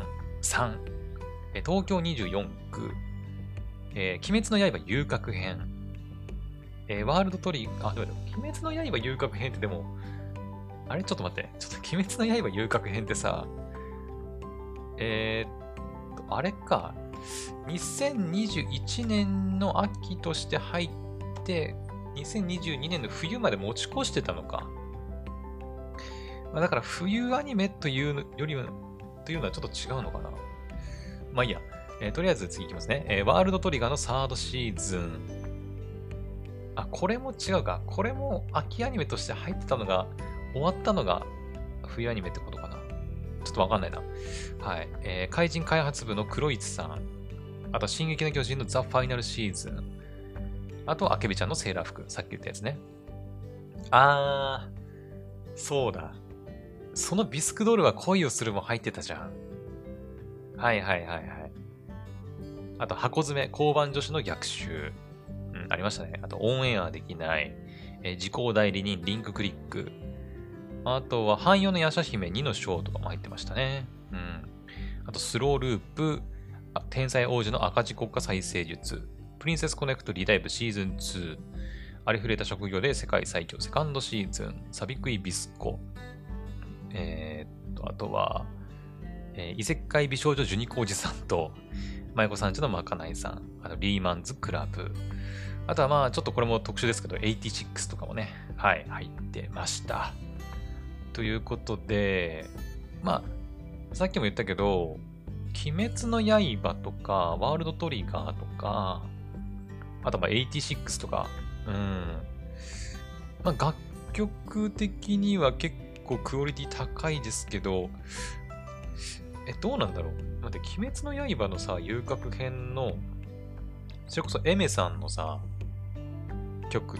さん、え東京にじゅうよん区、えー、鬼滅の刃遊郭編、えー、ワールドトリガー、あ、でも、鬼滅の刃遊郭編ってでも、あれちょっと待って、ちょっと鬼滅の刃遊郭編ってさ、えー、っと、あれか、にせんにじゅういちねんの秋として入って、にせんにじゅうにねんの冬まで持ち越してたのか。まあ、だから冬アニメというよりは、というのはちょっと違うのかな。まあいいや。えーとりあえず次いきますね、えー。ワールドトリガーのサードシーズン。あ、これも違うか。これも秋アニメとして入ってたのが、終わったのが冬アニメってことかな。ちょっとわかんないな。はい。えー、怪人開発部の黒市さん。あと、進撃の巨人のザ・ファイナルシーズン。あと、あけびちゃんのセーラー服。さっき言ったやつね。あー、そうだ。そのビスクドールは恋をするも入ってたじゃん。はいはいはいはい。あと、箱詰め、交番女子の逆襲。うん、ありましたね。あと、オンエアできない。えー、時効代理人、リンククリック。あとは、汎用のヤシャ姫にの章とかも入ってましたね。うん。あと、スローループ、あ天才王子の赤字国家再生術、プリンセスコネクトリダイブシーズンツー、ありふれた職業で世界最強セカンドシーズン、サビクイビスコ、えー、っと、あとは、えー、異世界美少女ジュニコおじさんと、舞妓さんちのまかないさん、あとリーマンズクラブ、あとはまあちょっとこれも特殊ですけど、はちじゅうろくとかもね、はい、入ってました。ということで、まあ、さっきも言ったけど、鬼滅の刃とか、ワールドトリガーとか、あとまあはちじゅうろくとか、うん。まあ楽曲的には結構クオリティ高いですけど、え、どうなんだろう。待って、鬼滅の刃のさ、遊郭編の、それこそエメさんのさ、曲って、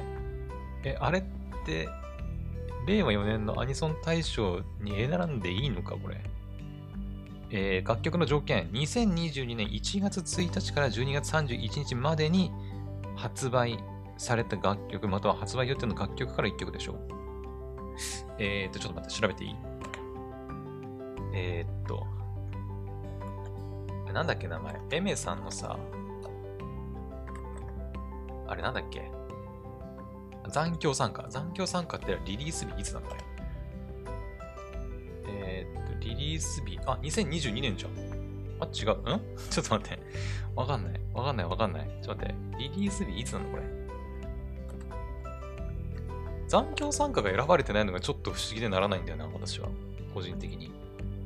え、あれって、れいわよねんのアニソン大賞に選んでいいのか、これ。えー、楽曲の条件、にせんにじゅうにねんいちがつついたちからじゅうにがつさんじゅういちにちまでに発売された楽曲、または発売予定の楽曲からいっきょくでしょう。えーっと、ちょっと待って、調べていい？えーっと、なんだっけ、名前。エメさんのさ、あれなんだっけ？残響参加。残響参加ってリリース日いつなのかよ。えーっと、リリース日、あ、にせんにじゅうにねんじゃん。あ、違う。んちょっと待って。わかんない。わかんない、わかんない。ちょっと待って。リリース日いつなのこれ。残響参加が選ばれてないのがちょっと不思議でならないんだよな、私は。個人的に。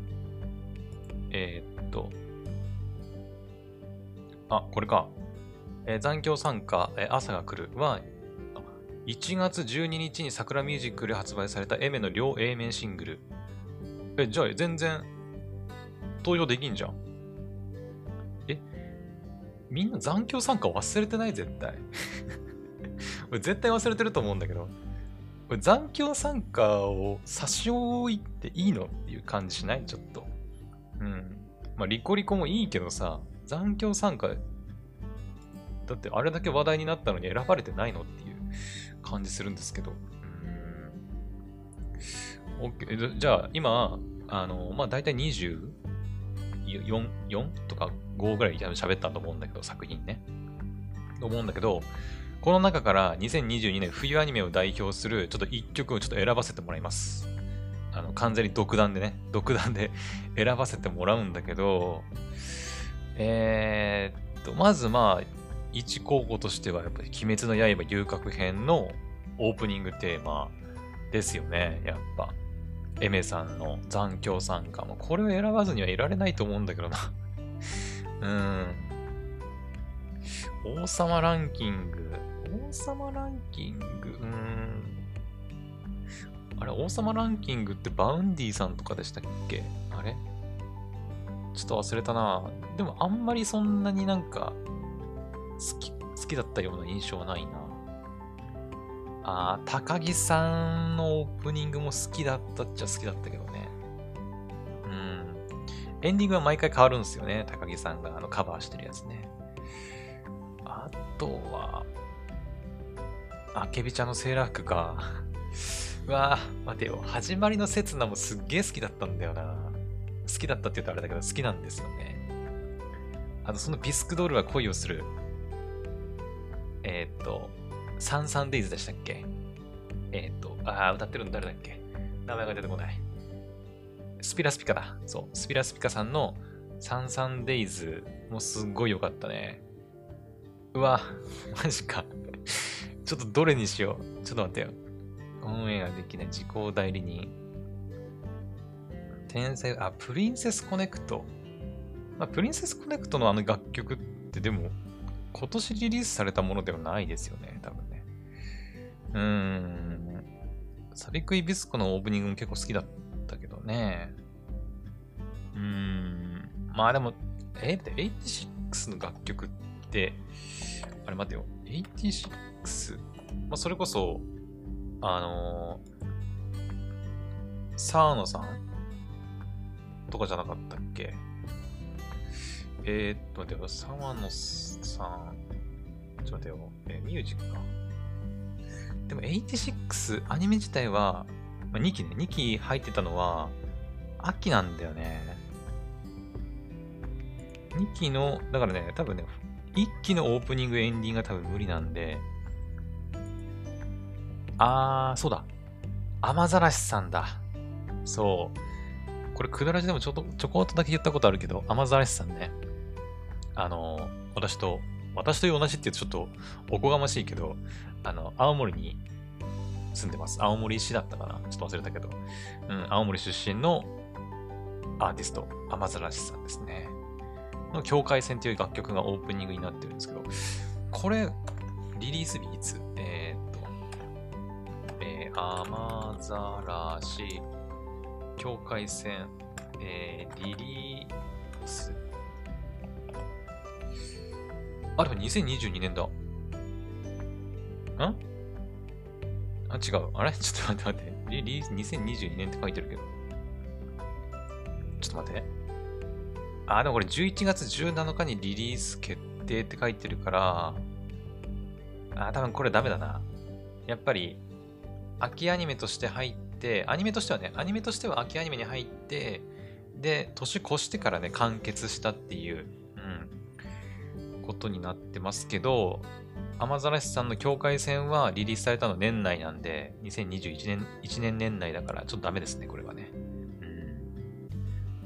えー、っと。あ、これか。えー、残響参加、えー、朝が来るは、いちがつじゅうににちに桜ミュージックで発売されたエメの両 A 面シングル。え、じゃあ全然投票できんじゃん。え、みんな残響参加忘れてない絶対。俺絶対忘れてると思うんだけど。これ残響参加を差し置いていいのっていう感じしないちょっと。うん。まあ、リコリコもいいけどさ、残響参加、だってあれだけ話題になったのに選ばれてないのっていう感じするんですけど。うーん。OK。じゃあ、今、あの、まあ、大体にじゅうよん、よんとかごぐらい喋ったと思うんだけど、作品ね。と思うんだけど、この中からにせんにじゅうにねん冬アニメを代表するちょっといっきょくをちょっと選ばせてもらいます。あの、完全に独断でね、独断で選ばせてもらうんだけど、えーっと、まずまあ、一候補としてはやっぱり鬼滅の刃遊郭編のオープニングテーマですよね、やっぱ。エメさんの残響参加も、これを選ばずにはいられないと思うんだけどな。うーん。王様ランキング。王様ランキング、うーん。あれ、王様ランキングってバウンディさんとかでしたっけ？あれちょっと忘れたな。でもあんまりそんなになんか、好き、好きだったような印象はないな。あー、高木さんのオープニングも好きだったっちゃ好きだったけどね。うん。エンディングは毎回変わるんですよね。高木さんがあのカバーしてるやつね。あとは、あけびちゃんのセーラー服か。うわぁ、待てよ。始まりの刹那もすっげえ好きだったんだよな。 好きだったって言うとあれだけど、好きなんですよね。あの、そのビスクドールは恋をする。えー、っと、サンサンデイズでしたっけ？えー、っと、あー、歌ってるの誰だっけ？名前が出てこない。スピラスピカだ。そう。スピラスピカさんのサンサンデイズもすっごい良かったね。うわ、マジか。ちょっとどれにしよう。ちょっと待ってよ。オンエアできない時効代理人。天才、あ、プリンセスコネクト。まあ、プリンセスコネクトのあの楽曲ってでも、今年リリースされたものではないですよね。多分ね。うーん。サビクイビスコのオープニングも結構好きだったけどね。うーん。まあでも、え、待って、エイティシックスの楽曲って、あれ待ってよ。エイティシックス? まあそれこそ、あのー、サーノさんとかじゃなかったっけ？えー、っと待ってよ。沢野さん。ちょっと待ってよ。えー、ミュージックか。でもエイティシックス、アニメ自体は、まあ、にきね。にき入ってたのは、秋なんだよね。にきの、だからね、多分ね、いっきのオープニング、エンディングが多分無理なんで、あー、そうだ。雨ざらしさんだ。そう。これ、くだらじでもちょっと、ちょこっとだけ言ったことあるけど、雨ざらしさんね。あの、私と、私と同じって言うとちょっとおこがましいけど、あの、青森に住んでます。青森市だったかな？ちょっと忘れたけど。うん、青森出身のアーティスト、雨ざらしさんですね。の境界線という楽曲がオープニングになってるんですけど、これ、リリース日いつ？えー、っと、えー、雨ざらし、境界線、えー、リリース。あ、でもにせんにじゅうにねんだ。んあ、違う。あれちょっと待って待って。リリースにせんにじゅうにねんって書いてるけど。ちょっと待って。あ、でもこれじゅういちがつじゅうなのかにリリース決定って書いてるから、あ、多分これダメだな。やっぱり、秋アニメとして入って、アニメとしてはね、アニメとしては秋アニメに入って、で、年越してからね、完結したっていう、うん、ことになってますけど、雨ざらしさんの境界線はリリースされたの年内なんで、にせんにじゅういちねん、いちねん年内だからちょっとダメですね、これはね。うん。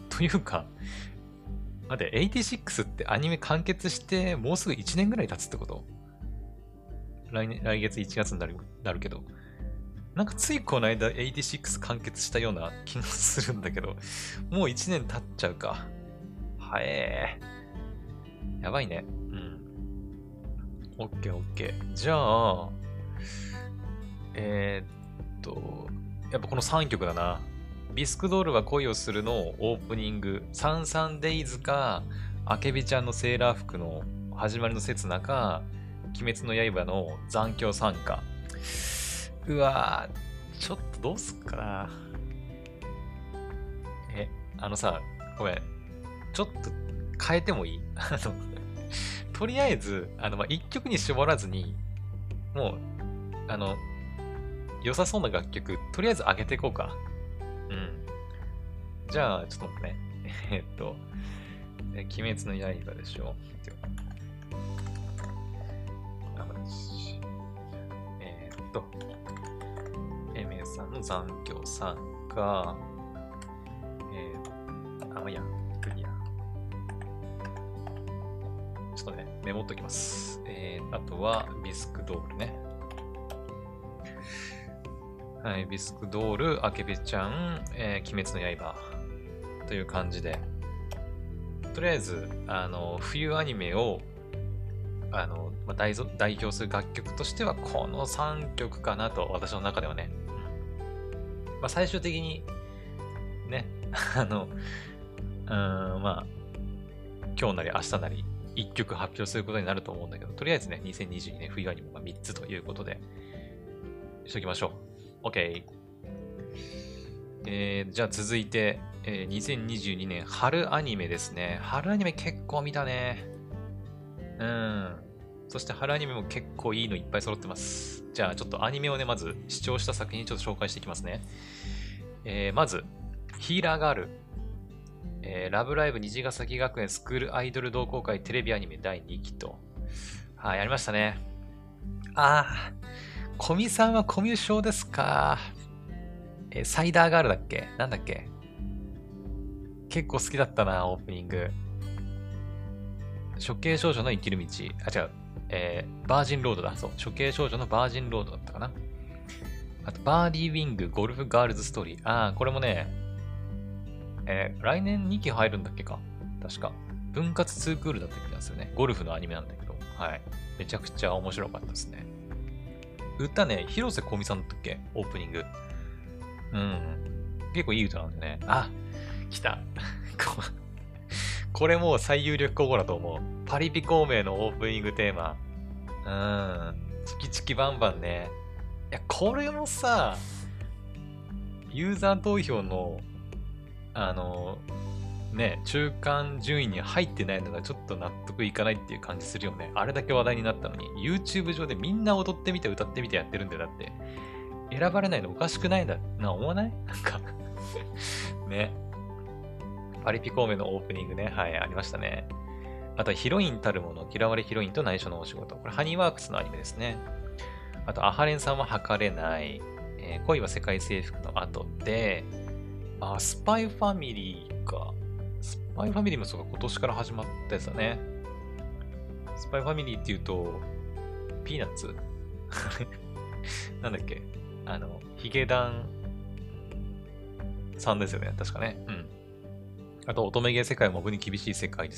というか、待って、エイティシックスってアニメ完結してもうすぐいちねんぐらい経つってこと？来年、来月いちがつになる、なるけど。なんかついこの間エイティシックス完結したような気がするんだけど、もういちねん経っちゃうか。はえー。やばいね。うん。オッケーオッケー。じゃあ、えー、っと、やっぱこのさんきょくだな。ビスクドールは恋をするのオープニング、サンサンデイズか、アケビちゃんのセーラー服の始まりの刹那か、鬼滅の刃の残響参加。うわぁ、ちょっとどうすっかな。え、あのさ、ごめん。ちょっと変えてもいい？あの、とりあえず、あの、まあ、一曲に絞らずに、もう、あの、良さそうな楽曲、とりあえず上げていこうか。うん。じゃあ、ちょっと待ってね。えっと、え鬼滅の刃でしょ。えー、っと、エメさんの残響さんが、えー、あ、まあ、いいや、クリア。ちょっとね、メモっときます。えー、あとは、ビスクドールね。はい、ビスクドール、アケビちゃん、えー、鬼滅の刃という感じで、とりあえず、あの、冬アニメを、あの、まあ、代代表する楽曲としては、このさんきょくかなと、私の中ではね。まあ、最終的に、ね、あの、うーん、まあ、今日なり明日なり、いっきょく発表することになると思うんだけど、とりあえずね、にせんにじゅうにねん冬アニメがみっつということで、しときましょう。OK。えー、じゃあ続いて、えー、にせんにじゅうにねん春アニメですね。春アニメ結構見たね。うん。そして春アニメも結構いいのいっぱい揃ってます。じゃあちょっとアニメをね、まず視聴した作品ちょっと紹介していきますね。えー、まず、ヒーラーガール。 えー、ラブライブ虹ヶ崎学園スクールアイドル同好会テレビアニメだいにきと。はい、ありましたね。あー、コミさんはコミュ障ですか。えー、サイダーガールだっけなんだっけ結構好きだったな、オープニング。処刑少女の生きる道。あ、違う。えー、バージンロードだ。そう。処刑少女のバージンロードだったかな。あと、バーディーウィング、ゴルフガールズストーリー。ああ、これもね、えー、来年にき入るんだっけか。確か。分割ツークールだった気がするね。ゴルフのアニメなんだけど。はい。めちゃくちゃ面白かったですね。歌ね、広瀬香美さんだったっけオープニング。うん。結構いい歌なんでね。あ、来た。これもう最有力候補だと思う。パリピ孔明のオープニングテーマ。うん。チキチキバンバンね。いや、これもさ、ユーザー投票の、あの、ね、中間順位に入ってないのがちょっと納得いかないっていう感じするよね。あれだけ話題になったのに、YouTube 上でみんな踊ってみて歌ってみてやってるんだよ。だって、選ばれないのおかしくないんだな、思わないなんかね。パリピ孔明のオープニングね。はい、ありましたね。あと、ヒロインたるもの、嫌われヒロインと内緒のお仕事。これ、ハニーワークスのアニメですね。あと、アハレンさんは測れない。えー、恋は世界征服の後で、あ、スパイファミリーか。スパイファミリーもそうか、今年から始まったやつだね。スパイファミリーって言うと、ピーナッツなんだっけあの、ヒゲダンさんですよね。確かね。うん。あと、乙女芸世界も僕に厳しい世界です。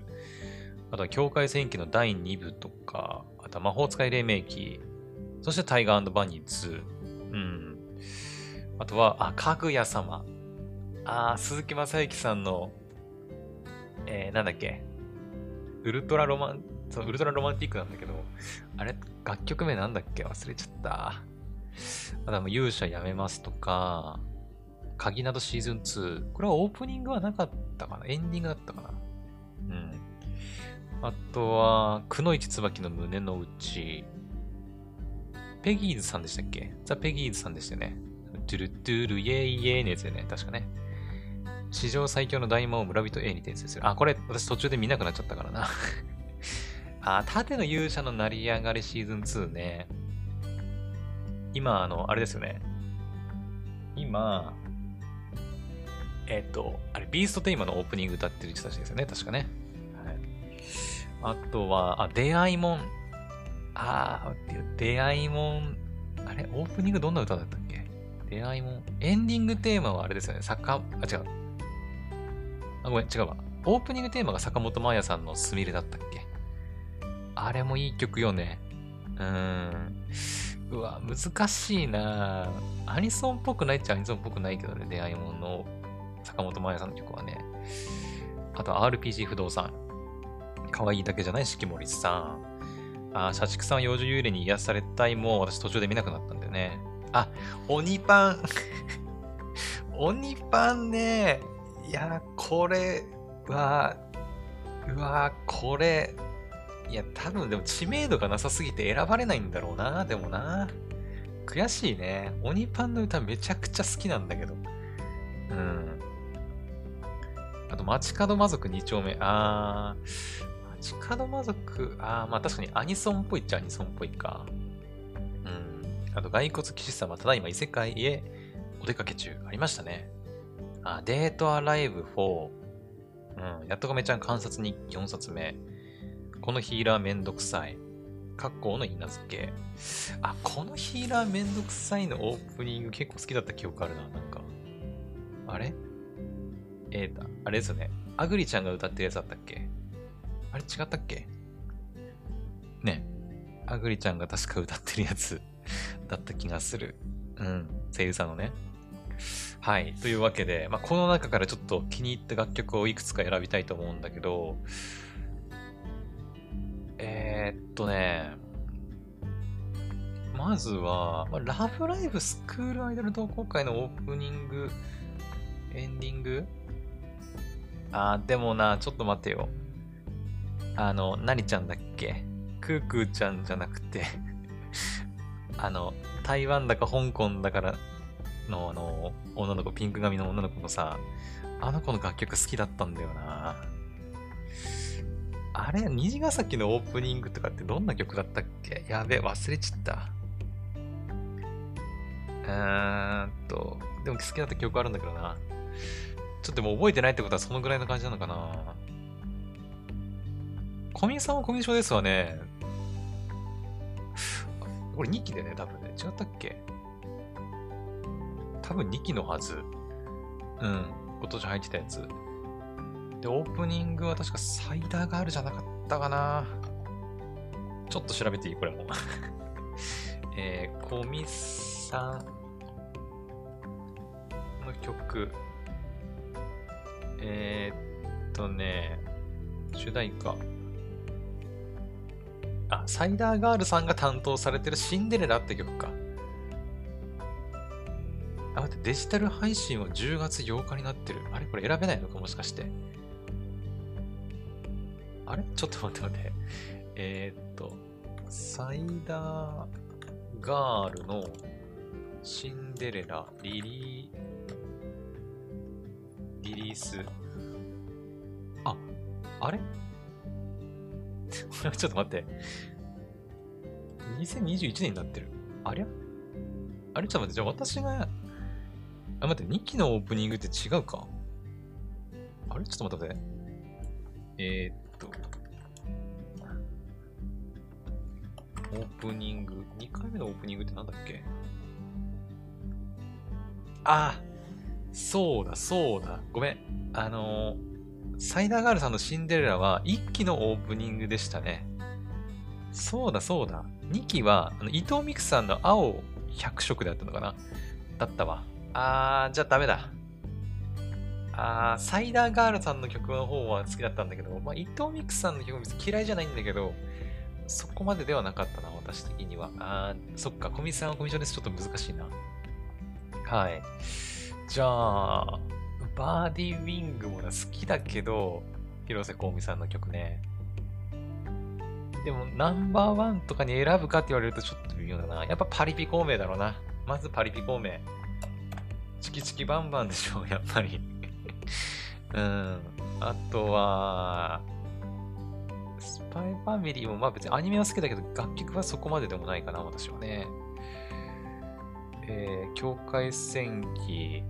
あとは、境界戦記のだいにぶとか、あとは魔法使い黎明期、そしてタイガー&バニーツー。うん。あとは、あ、かぐや様。あー、鈴木雅之さんの、えー、なんだっけ。ウルトラロマン、そう、ウルトラロマンティックなんだけど、あれ、楽曲名なんだっけ忘れちゃった。あとは、勇者やめますとか、鍵などシーズンツー。これはオープニングはなかったかなエンディングだったかなうん。あとは、くのいち椿の胸の内。ペギーズさんでしたっけザ・ペギーズさんでしたよね。トゥルトゥルイェイイェイのやつでね、確かね。史上最強の大魔王村人 A に転生する。あ、これ私途中で見なくなっちゃったからな。あ、盾の勇者の成り上がりシーズンツーね。今、あの、あれですよね。今、えっと、あれ、ビーストテイマのオープニング歌ってる人たちですよね、確かね。はい。あとは、あ、出会いもん。あー、出会いもん。あれ、オープニングどんな歌だったっけ出会いもん。エンディングテーマはあれですよね、坂、あ、違う。あ、ごめん、違うわ。オープニングテーマが坂本真綾さんのスミレだったっけあれもいい曲よね。うーん。うわ、難しいなアニソンっぽくないっちゃアニソンっぽくないけどね、出会いもんの坂本真綾さんの曲はね。あと アールピージー 不動産。可愛いだけじゃない四季森さん。あ、社畜さん幼女幽霊に癒されたいも私途中で見なくなったんだよね。あ、鬼パン。鬼パンね。いや、これは、うわ、これ、いや、多分でも知名度がなさすぎて選ばれないんだろうな、でもな。悔しいね。鬼パンの歌めちゃくちゃ好きなんだけど。うん。あと、街角魔族に丁目。あー、街角魔族、あー、まあ確かにアニソンっぽいっちゃアニソンっぽいか。うん。あと、骸骨騎士様、ただいま異世界へお出かけ中。ありましたね。あ、デートアライブフォー。うん。やっとがめちゃん観察によんさつめ。このヒーラーめんどくさい。格好の稲付け。あ、このヒーラーめんどくさいのオープニング結構好きだった記憶あるな、なんか。あれえーと、あれですよね。アグリちゃんが歌ってるやつだったっけあれ違ったっけね。アグリちゃんが確か歌ってるやつだった気がする。うん。声優さんのね。はい。というわけで、まあ、この中からちょっと気に入った楽曲をいくつか選びたいと思うんだけど、えー、っとね、まずは、まあ、ラブライブスクールアイドル同好会のオープニング、エンディングあー、でもな、ちょっと待ってよ。あの、何ちゃんだっけクークーちゃんじゃなくてあの、台湾だか香港だからの、あの、女の子、ピンク髪の女の子のさ、 あの子の楽曲好きだったんだよな。あれ、虹ヶ崎のオープニングとかってどんな曲だったっけ？やべえ、忘れちゃった。うーんと、でも好きだった記憶あるんだけどな。ちょっともう覚えてないってことはそのぐらいの感じなのかな。コミさんはコミュ障ですわね。これにきでね、多分ね。違ったっけ？多分にきのはず。うん。今年入ってたやつ。で、オープニングは確かサイダーガールじゃなかったかな。ちょっと調べていい？これも。えー、コミさんの曲。えー、っとね、主題歌。あ、サイダーガールさんが担当されてるシンデレラって曲か。あ、待って、デジタル配信はじゅうがつようかになってる。あれこれ選べないのかもしかして。あれちょっと待って待って。えー、っと、サイダーガールのシンデレラリリー、リリース。あ、あれちょっと待って。にせんにじゅういちねんになってる。ありゃあれちょっと待って。じゃあ私が、あ、待って、にきのオープニングって違うか？あれちょっと待って待って。えー、っと。オープニング。にかいめのオープニングってなんだっけ？ああ、そうだ、そうだ。ごめん。あのー、サイダーガールさんのシンデレラはいっきのオープニングでしたね。そうだ、そうだ。にきは、あの伊藤美久さんの青ひゃく色であったのかな？だったわ。あー、じゃあダメだ。あー、サイダーガールさんの曲の方は好きだったんだけど、まあ、伊藤美久さんの曲も嫌いじゃないんだけど、そこまでではなかったな、私的には。あー、そっか、コミさんはコミションです。ちょっと難しいな。はい。じゃあ、バーディーウィングも好きだけど、広瀬香美さんの曲ね。でも、ナンバーワンとかに選ぶかって言われるとちょっと微妙だな。やっぱパリピ孔明だろうな。まずパリピ孔明。チキチキバンバンでしょ、やっぱり。うん。あとは、スパイファミリーもまあ別にアニメは好きだけど、楽曲はそこまででもないかな、私はね。えー、境界戦記。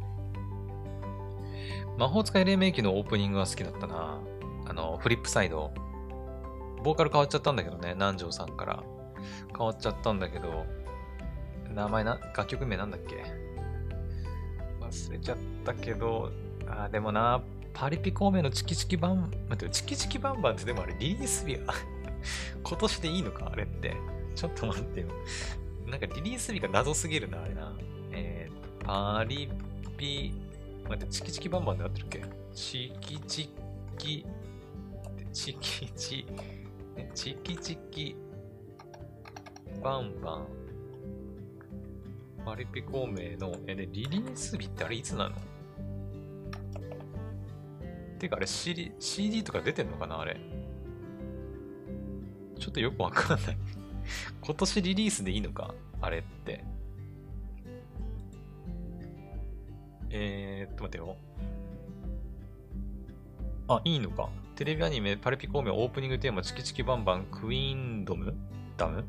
魔法使い黎明期のオープニングは好きだったな。あの、フリップサイド。ボーカル変わっちゃったんだけどね、南條さんから。変わっちゃったんだけど、名前な、楽曲名なんだっけ？忘れちゃったけど、あ、でもな、パリピ孔明のチキチキバン、待って、チキチキバンバンってでもあれリリース日は今年でいいのかあれって。ちょっと待ってよ。なんかリリース日が謎すぎるな、あれな。えーと、パリピ、待って、チキチキバンバンでなってるっけ？チキチキ、チキチ、チキチキ、バンバン。パリピ孔明の、え、で、リリース日ってあれいつなの？てかあれ シーディー、シーディー とか出てんのかなあれ。ちょっとよくわかんない。今年リリースでいいのかあれって。えーっと、待てよ。あ、いいのか。テレビアニメパリピ孔明オープニングテーマチキチキバンバンクイーンドムダム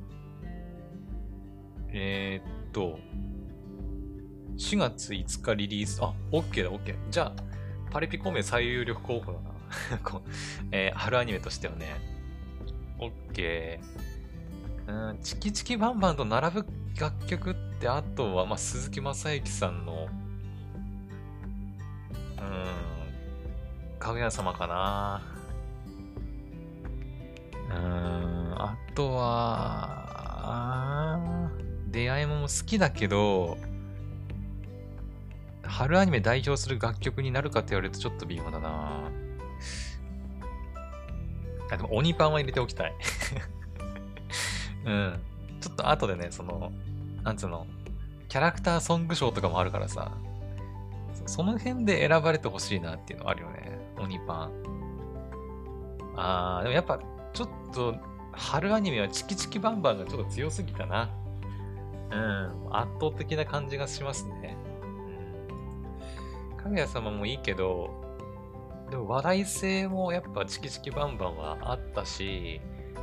えーっと、しがついつかリリース、あ、OK だ OK。じゃあ、パリピ孔明最有力候補だな。こうえー、春アニメとしてはね。OK。うん、チキチキバンバンと並ぶ楽曲って、あとは、まあ、鈴木雅之さんの、うん、かぐや様かな。うん、あとは、あ出会いも好きだけど、春アニメ代表する楽曲になるかって言われるとちょっと微妙だな。あ、でも鬼パンは入れておきたい。うん。ちょっと後でね、その、なんつうの、キャラクターソング賞とかもあるからさ、その辺で選ばれてほしいなっていうのあるよね。鬼パン。あー、でもやっぱ、ちょっと、春アニメはチキチキバンバンがちょっと強すぎたな。うん。圧倒的な感じがしますね。うん。かかぐや様もいいけど、でも話題性もやっぱチキチキバンバンはあったし、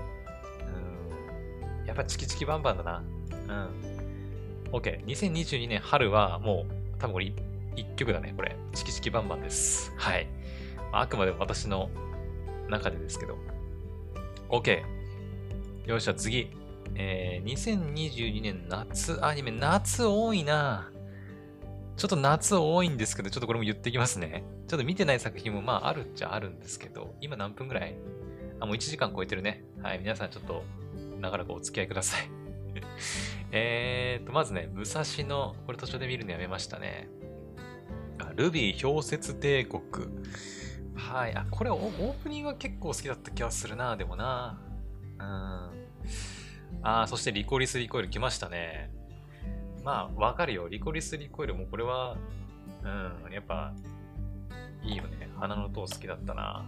うん、やっぱチキチキバンバンだな。うん。OK。にせんにじゅうにねん春はもう多分これ一曲だね、これ。チキチキバンバンです。はい。あくまでも私の中でですけど。OK。よっしゃ、次。えー、にせんにじゅうにねん夏アニメ。夏多いな。ちょっと夏多いんですけど、ちょっとこれも言ってきますね。ちょっと見てない作品もまああるっちゃあるんですけど、今何分ぐらい？あ、もういちじかん超えてるね。はい、皆さんちょっと長らくお付き合いください。えーと、まずね、武蔵野、これ途中で見るのやめましたね。あ、ルビー氷雪帝国。はい、あ、これオープニングは結構好きだった気がするな、でもな。うん。あ、そしてリコリスリコイル来ましたね。まあ、わかるよ。リコリスリコイルもこれは、うん、やっぱ、いいよね。花の塔好きだったな。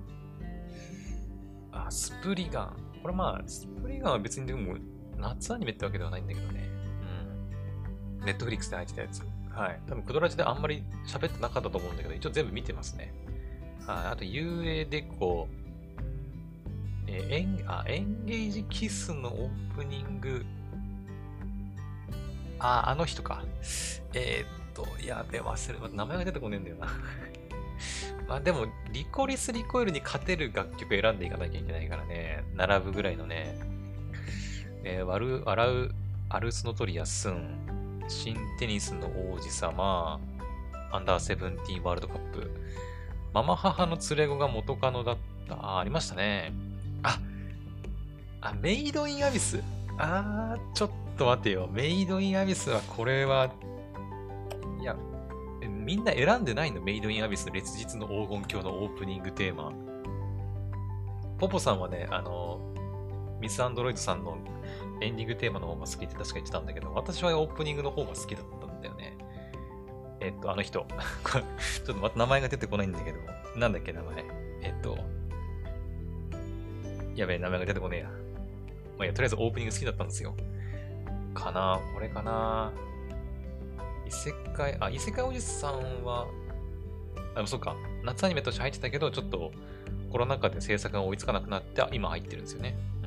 あ、スプリガン。これまあ、スプリガンは別にでも、夏アニメってわけではないんだけどね。うん。ネットフリックスで入ってたやつ。はい。多分、クドラジであんまり喋ってなかったと思うんだけど、一応全部見てますね。はい。あと、遊泳デコ、えー、エン、あ、エンゲージキスのオープニング、あ、あの人か。えー、っと、やべ、忘れ、ま、名前が出てこねえんだよな。まあでも、リコリス・リコイルに勝てる楽曲選んでいかなきゃいけないからね。並ぶぐらいのね。えー、ワル、笑う、アルスノトリア・スン、新テニスの王子様、アンダーセブンティーンワールドカップ、ママ母の連れ子が元カノだった。あ、ありましたね。あ、あ、メイド・イン・アビス。あー、ちょっと待てよ。メイド・イン・アビスは、これは、いや、みんな選んでないの？メイド・イン・アビスの烈日の黄金鏡のオープニングテーマ。ポポさんはね、あの、ミス・アンドロイドさんのエンディングテーマの方が好きって確か言ってたんだけど、私はオープニングの方が好きだったんだよね。えっと、あの人。ちょっとまた名前が出てこないんだけど、なんだっけ、名前。えっと、やべえ、名前が出てこねえや。まあ、いや、とりあえずオープニング好きだったんですよ。かなこれかな異世界、あ、異世界おじさんは、あ、そっか。夏アニメとして入ってたけど、ちょっとコロナ禍で制作が追いつかなくなって、今入ってるんですよね。うん。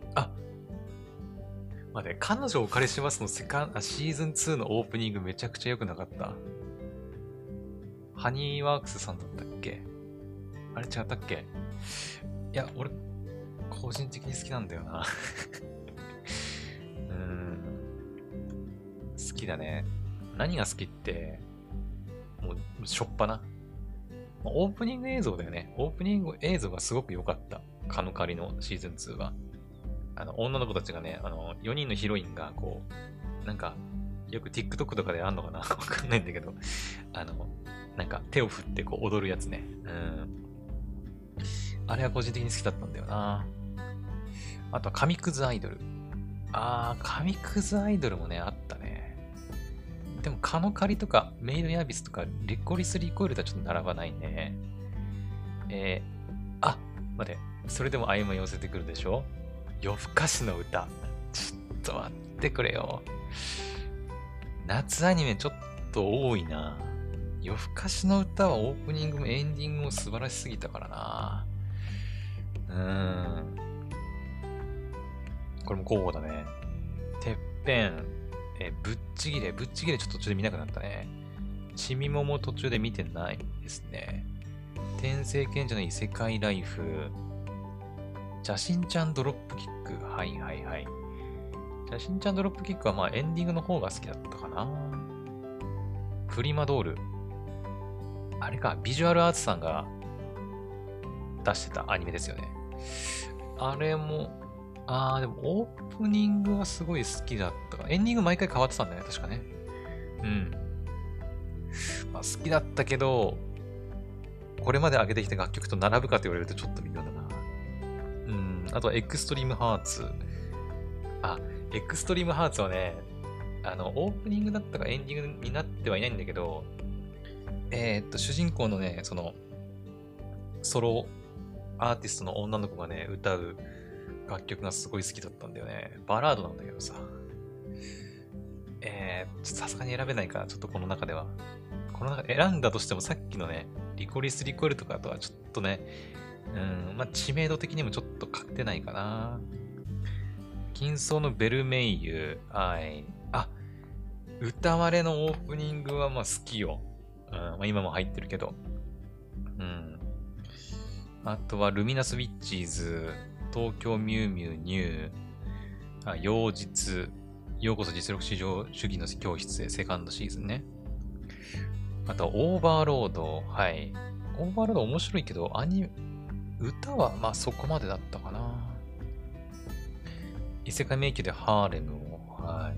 あ、待って、彼女をお借りしますのセカンあシーズンツーのオープニングめちゃくちゃ良くなかった。ハニーワークスさんだったっけ？あれ違ったっけ？いや、俺、個人的に好きなんだよな。うーん。好きだね。何が好きって、もう、しょっぱな。オープニング映像だよね。オープニング映像がすごく良かった。カノカリのシーズンツーは。あの、女の子たちがね、あの、よにんのヒロインが、こう、なんか、よく TikTok とかであんのかなわかんないんだけど、あの、なんか手を振ってこう踊るやつね。うん。あれは個人的に好きだったんだよな。あとは、紙くずアイドル。あー、紙くずアイドルもね、あったね。でも、カノカリとか、メイドヤビスとか、リコリスリコイルとはちょっと並ばないね。えー、あ、待て。それでも歩み寄せてくるでしょ？夜更かしの歌。ちょっと待ってくれよ。夏アニメちょっと多いな。夜更かしの歌はオープニングもエンディングも素晴らしすぎたからな。うーん。これも交互だね。てっぺん。え、ぶっちぎれ。ぶっちぎれちょっと途中で見なくなったね。ちみもも途中で見てないですね。天聖賢者の異世界ライフ。邪神ちゃんドロップキック。はいはいはい。邪神ちゃんドロップキックはまあエンディングの方が好きだったかな。プリマドール。あれか、ビジュアルアーツさんが出してたアニメですよね。あれも、あーでもオープニングはすごい好きだったか。エンディング毎回変わってたんだよね、確かね。うん。まあ、好きだったけど、これまで上げてきた楽曲と並ぶかと言われるとちょっと微妙だな。うん。あとはエクストリームハーツ。あ、エクストリームハーツはね、あの、オープニングだったかエンディングになってはいないんだけど、えー、っと、主人公のね、その、ソロアーティストの女の子がね、歌う楽曲がすごい好きだったんだよね。バラードなんだけどさ。えー、さすがに選べないから、ちょっとこの中では。 この中で選んだとしてもさっきのね、リコリス・リコイルとかとはちょっとね、うん、まあ、知名度的にもちょっと勝てないかな。金層のベルメイユ、はい。あ、歌われのオープニングはまあ好きよ。うん、まあ、今も入ってるけど。うん。あとはルミナス・ウィッチーズ、東京ミュウミュウニュー、あ、妖実、ようこそ実力至上主義の教室へセカンドシーズンね。あとはオーバーロード、はい。オーバーロード面白いけど、アニ歌はまあそこまでだったかな。異世界迷宮でハーレムを、はい。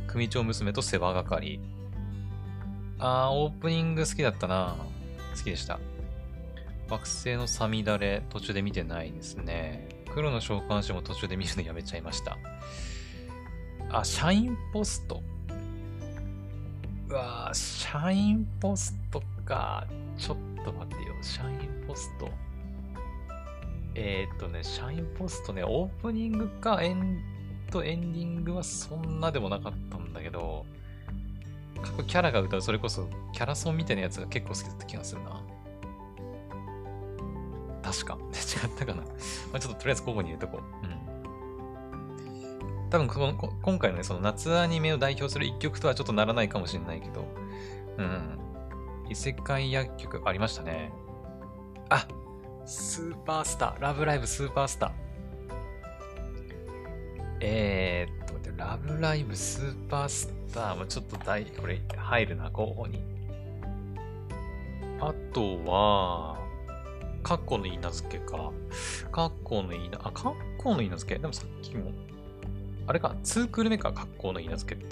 組長娘と世話係。あー、オープニング好きだったな。好きでした。惑星のサミダレ、途中で見てないですね。黒の召喚師も途中で見るのやめちゃいました。あ、シャインポスト。うわー、シャインポストか。ちょっと待ってよ。シャインポスト。えー、っとね、シャインポストね、オープニングかエンド、エンディングはそんなでもなかったんだけど、各キャラが歌う、それこそキャラソンみたいなやつが結構好きだった気がするな。確か。違ったかな。まあ、ちょっととりあえずここに入れとこう。うん。多分このこ今回のね、その夏アニメを代表する一曲とはちょっとならないかもしれないけど、うん。異世界薬局ありましたね。あ、スーパースター、ラブライブスーパースター。えーっと、待って、ラブライブスーパースターもちょっと大、これ入るな、候補に。あとは、カッコの稲付けか。カッコの稲、あ、カッコの稲付けでもさっきも、あれか、ツークール目か、カッコの稲付けって。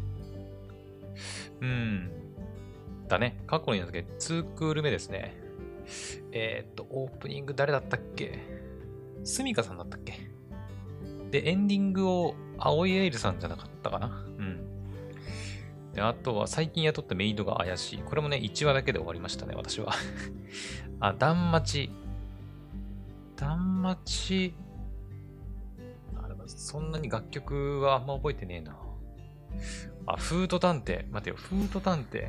うーん。だね。カッコの稲付け、ツークール目ですね。えー、っと、オープニング誰だったっけ？スミカさんだったっけ？で、エンディングを、青いエイルさんじゃなかったかな？うん。で、あとは、最近雇ったメイドが怪しい。これもね、いちわだけで終わりましたね、私は。あ、ダンマチ。ダンマチ。あ、でもそんなに楽曲はあんま覚えてねえな。あ、フード探偵。待てよ、フード探偵。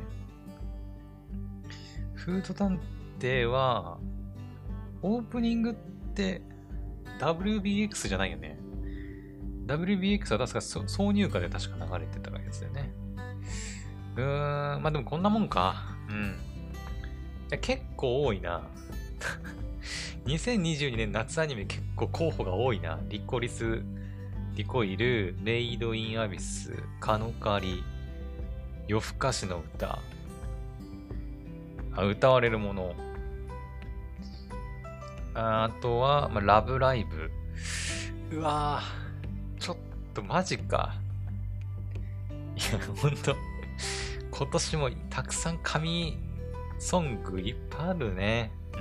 フード探偵は、オープニングって ダブリュービーエックス じゃないよね。ダブリュービーエックス は確か挿入歌で確か流れてたやつだよね。うーん、まあでもこんなもんか。うん。いや結構多いな。にせんにじゅうにねん夏アニメ結構候補が多いな。リコリス、リコイル、メイドインアビス、カノカリ、夜更かしの歌、あ歌われるもの。ああとは、まあ、ラブライブ。うわぁ、ちょっとマジか。いや、ほんと。今年もたくさん神ソングいっぱいあるね。うん。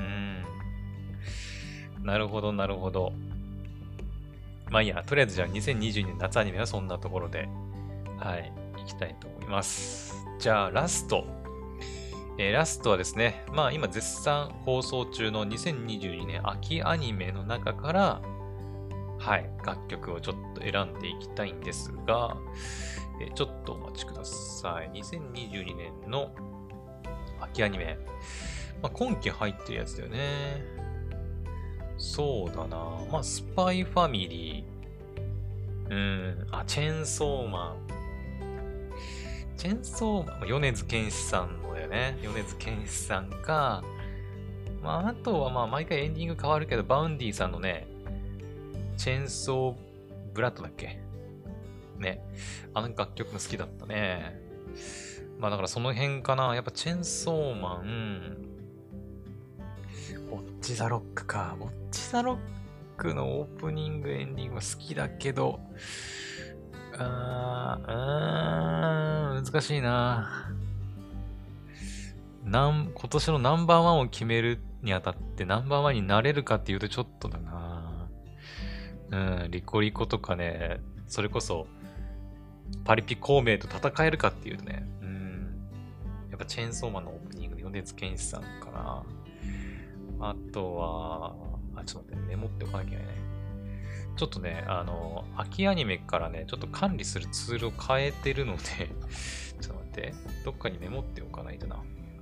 なるほど、なるほど。まあいいや、とりあえずじゃあにせんにじゅうにねん夏アニメはそんなところで、はい、いきたいと思います。じゃあラスト。えー、ラストはですね、まあ今絶賛放送中のにせんにじゅうにねん秋アニメの中から、はい、楽曲をちょっと選んでいきたいんですが、えー、ちょっとお待ちください。にせんにじゅうにねんの秋アニメ。まあ、今期入ってるやつだよね。そうだな。まあ、スパイファミリー。うん。あ、チェーンソーマン。チェーンソーマン、米津玄師さんのだよね。米津玄師さんか。まあ、あとはまあ、毎回エンディング変わるけど、バウンディさんのね、チェーンソーブラッドだっけね。あの楽曲も好きだったね。まあだからその辺かな。やっぱチェーンソーマン、ウォッチザロックか。ウォッチザロックのオープニングエンディングは好きだけど、あー、あー難しいな。なん今年のナンバーワンを決めるにあたってナンバーワンになれるかっていうとちょっとだな。うん、リコリコとかね、それこそパリピ孔明と戦えるかっていうとね、うん、やっぱチェーンソーマンのオープニングで米津玄師さんかな。あとは、あ、ちょっと待って、メモっておかなきゃいけないね。ちょっとね、あの、秋アニメからね、ちょっと管理するツールを変えてるので、ちょっと待って、どっかにメモっておかないとな。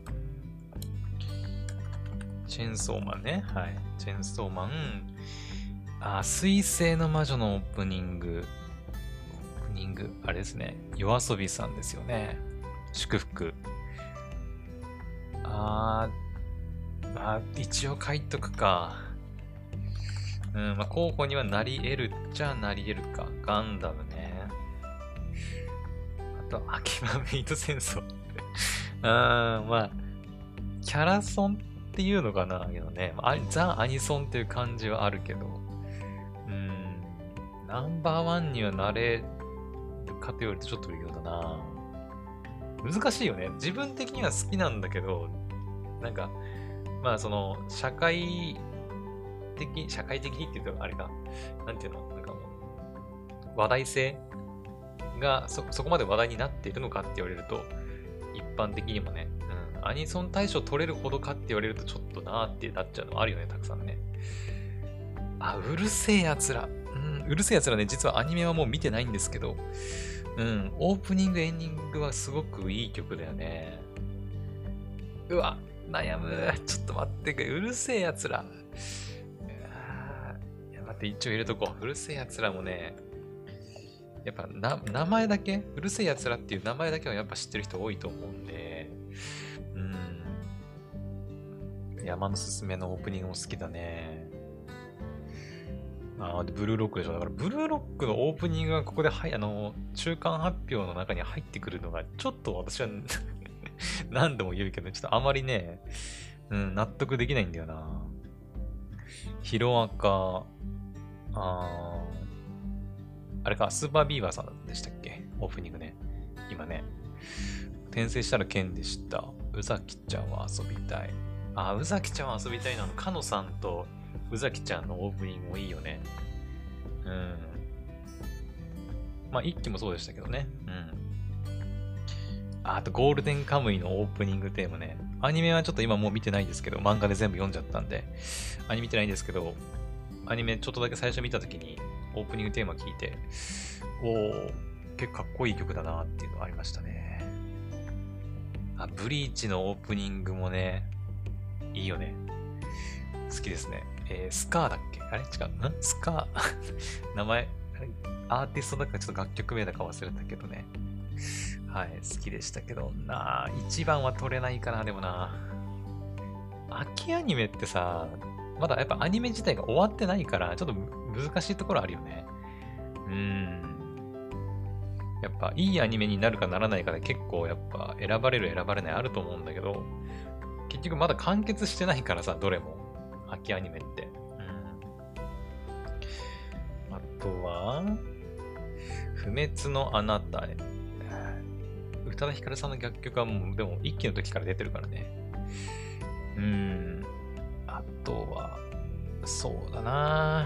チェーンソーマンね。はい。チェーンソーマン。あ、水星の魔女のオープニング。オープニング、あれですね。夜遊びさんですよね。祝福。あー、まあ、一応書いとくか。うん、まあ、候補にはなり得るっちゃなり得るか。ガンダムね。あと、アキマメイト戦争。あー、まあ、キャラソンっていうのかなけどね。あザ・アニソンっていう感じはあるけど。うん、ナンバーワンにはなれるかと言われるとちょっと微妙だな。難しいよね。自分的には好きなんだけど、なんか、まあその、社会的、社会的にって言うとあれか、なんていうのなんかもう、話題性がそ、そこまで話題になっているのかって言われると、一般的にもね、うん、アニソン大賞取れるほどかって言われるとちょっとなーってなっちゃうのあるよね、たくさんね。あ、うるせえ奴ら。うん、うるせえ奴らね、実はアニメはもう見てないんですけど、うん、オープニング、エンディングはすごくいい曲だよね。うわ、悩む。ちょっと待ってくれ。うるせえ奴ら。いや、待って、一応入れとこう。うるせえ奴らもね、やっぱな、名前だけ、うるせえ奴らっていう名前だけはやっぱ知ってる人多いと思うんで、うん。山のすすめのオープニングも好きだね。ああ、で、ブルーロックでしょ。だから、ブルーロックのオープニングがここで、はい、あの、中間発表の中に入ってくるのが、ちょっと私は何度も言うけど、ちょっとあまりね、うん、納得できないんだよな。ヒロアカ、あー、あれか、スーパービーバーさんでしたっけオープニングね。今ね。転生したら剣でした。宇崎ちゃんは遊びたい。あ、宇崎ちゃんは遊びたいなの。かのさんと宇崎ちゃんのオープニングもいいよね。うん。まあ、一期もそうでしたけどね。うん。あ、あと、ゴールデンカムイのオープニングテーマね。アニメはちょっと今もう見てないんですけど、漫画で全部読んじゃったんで、アニメ見てないんですけど、アニメちょっとだけ最初見たときに、オープニングテーマ聞いて、おー、結構かっこいい曲だなっていうのがありましたね。あ、ブリーチのオープニングもね、いいよね。好きですね。えー、スカーだっけあれ違う。んスカー名前、あれアーティストだからちょっと楽曲名だか忘れたけどね。はい、好きでしたけどなぁ。一番は取れないかな、でもな。秋アニメってさ、まだやっぱアニメ自体が終わってないから、ちょっと難しいところあるよね。うーん。やっぱいいアニメになるかならないかで結構やっぱ選ばれる選ばれないあると思うんだけど、結局まだ完結してないからさ、どれも。秋アニメって。うん。あとは、不滅のあなたへ。宇多田ヒカルさんの楽曲はもう、でも一期の時から出てるからね。うーん。あとは、そうだな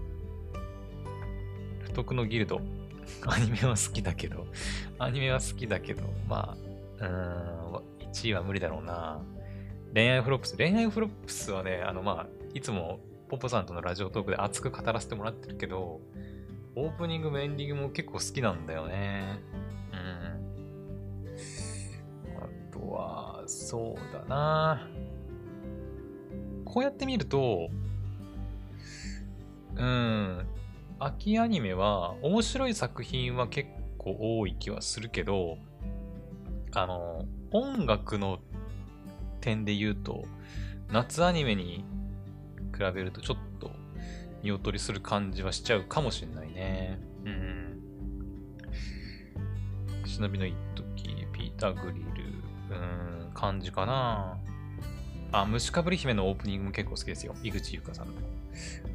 不徳のギルド。アニメは好きだけど、アニメは好きだけど、まあ、うーん、いちいは無理だろうな。恋愛フロップス。恋愛フロップスはね、あの、まあ、いつもポポさんとのラジオトークで熱く語らせてもらってるけど、オープニングもエンディングも結構好きなんだよね。うん。あとは、そうだな。こうやって見ると、うん、秋アニメは面白い作品は結構多い気はするけど、あの、音楽の点で言うと、夏アニメに比べるとちょっと見劣りする感じはしちゃうかもしれないね。うん。忍びの一時、ピーター・グリル、うーん、感じかな。あ、虫かぶり姫のオープニングも結構好きですよ。井口優香さんの。うん。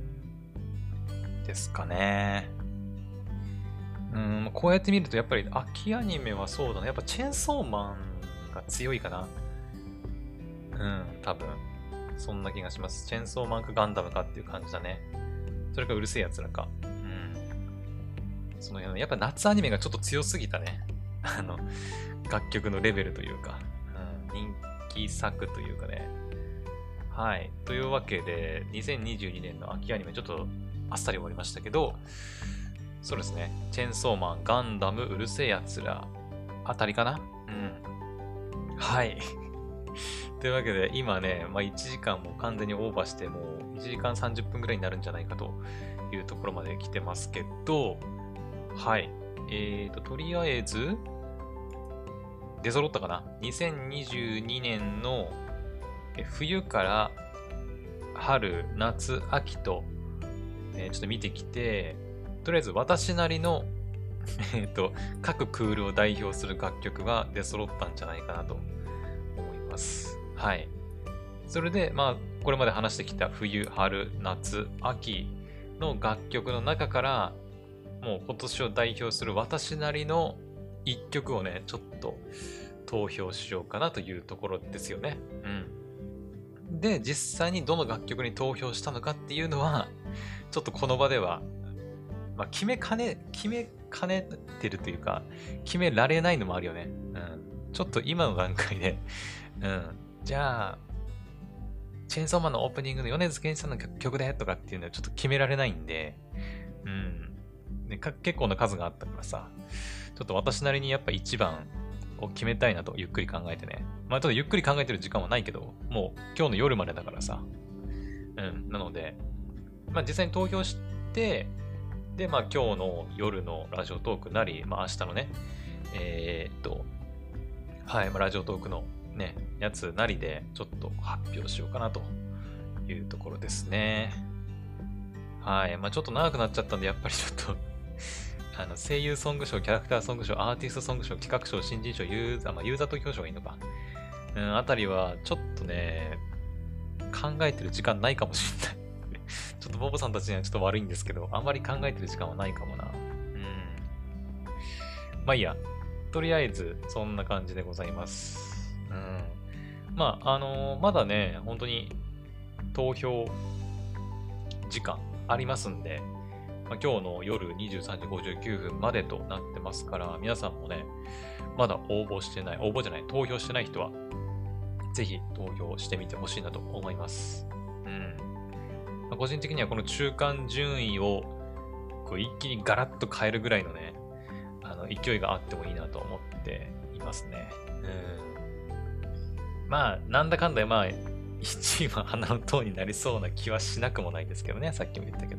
ですかね。うん、こうやって見るとやっぱり秋アニメはそうだね。やっぱチェーンソーマンが強いかな。うん、多分。そんな気がします。チェーンソーマンかガンダムかっていう感じだね。それかうるせえやつらか。うん。その辺の、やっぱ夏アニメがちょっと強すぎたね。あの、楽曲のレベルというか、うん、人気作というかね。はい。というわけで、にせんにじゅうにねんの秋アニメ、ちょっとあっさり終わりましたけど、そうですね。チェーンソーマン、ガンダム、うるせえやつら、あたりかなうん。はい。 というわけで、今ね、まあ、いちじかんも完全にオーバーして、もういちじかんさんじゅっぷんぐらいになるんじゃないかというところまで来てますけど、はい。えーと、とりあえず、出揃ったかな ?にせんにじゅうにねんの冬から春、夏、秋と、えーちょっと見てきて、とりあえず私なりのえっと、各クールを代表する楽曲が出揃ったんじゃないかなと思います。はい。それで、まあ、これまで話してきた冬、春、夏、秋の楽曲の中から、もう今年を代表する私なりの一曲をね、ちょっと投票しようかなというところですよね。うん。で、実際にどの楽曲に投票したのかっていうのは、ちょっとこの場では、まあ、決めかね、決めかねてるというか、決められないのもあるよね。うん。ちょっと今の段階で、うん。じゃあ、チェーンソーマンのオープニングの米津玄師さんの曲でとかっていうのはちょっと決められないんで、うん。ね、結構な数があったからさ、ちょっと私なりにやっぱ一番を決めたいなとゆっくり考えてね。まあちょっとゆっくり考えてる時間はないけど、もう今日の夜までだからさ。うん。なので、まあ実際に投票して、で、まあ今日の夜のラジオトークなり、まあ明日のね、えー、っと、はい、まあ、ラジオトークのね、やつなりでちょっと発表しようかなというところですね。はい、まあちょっと長くなっちゃったんで、やっぱりちょっとあの声優ソング賞、キャラクターソング賞、アーティストソング賞、企画賞、新人賞、ユーザー、まあ、ユーザー投票賞がいいのか。うん、あたりはちょっとね、考えてる時間ないかもしれない。ちょっとボボさんたちにはちょっと悪いんですけど、あんまり考えてる時間はないかもな。うん。まあいいや。とりあえず、そんな感じでございます。うん。まあ、あのー、まだね、本当に投票時間ありますんで、まあ、今日の夜にじゅうさんじごじゅうきゅうふんまでとなってますから、皆さんもね、まだ応募してない、応募じゃない、投票してない人は、ぜひ投票してみてほしいなと思います。うん。まあ、個人的にはこの中間順位をこう一気にガラッと変えるぐらいのね、あの勢いがあってもいいなと思っていますね。うん。まあ、なんだかんだ、まあ、いちいは鼻の塔になりそうな気はしなくもないですけどね、さっきも言ったけど。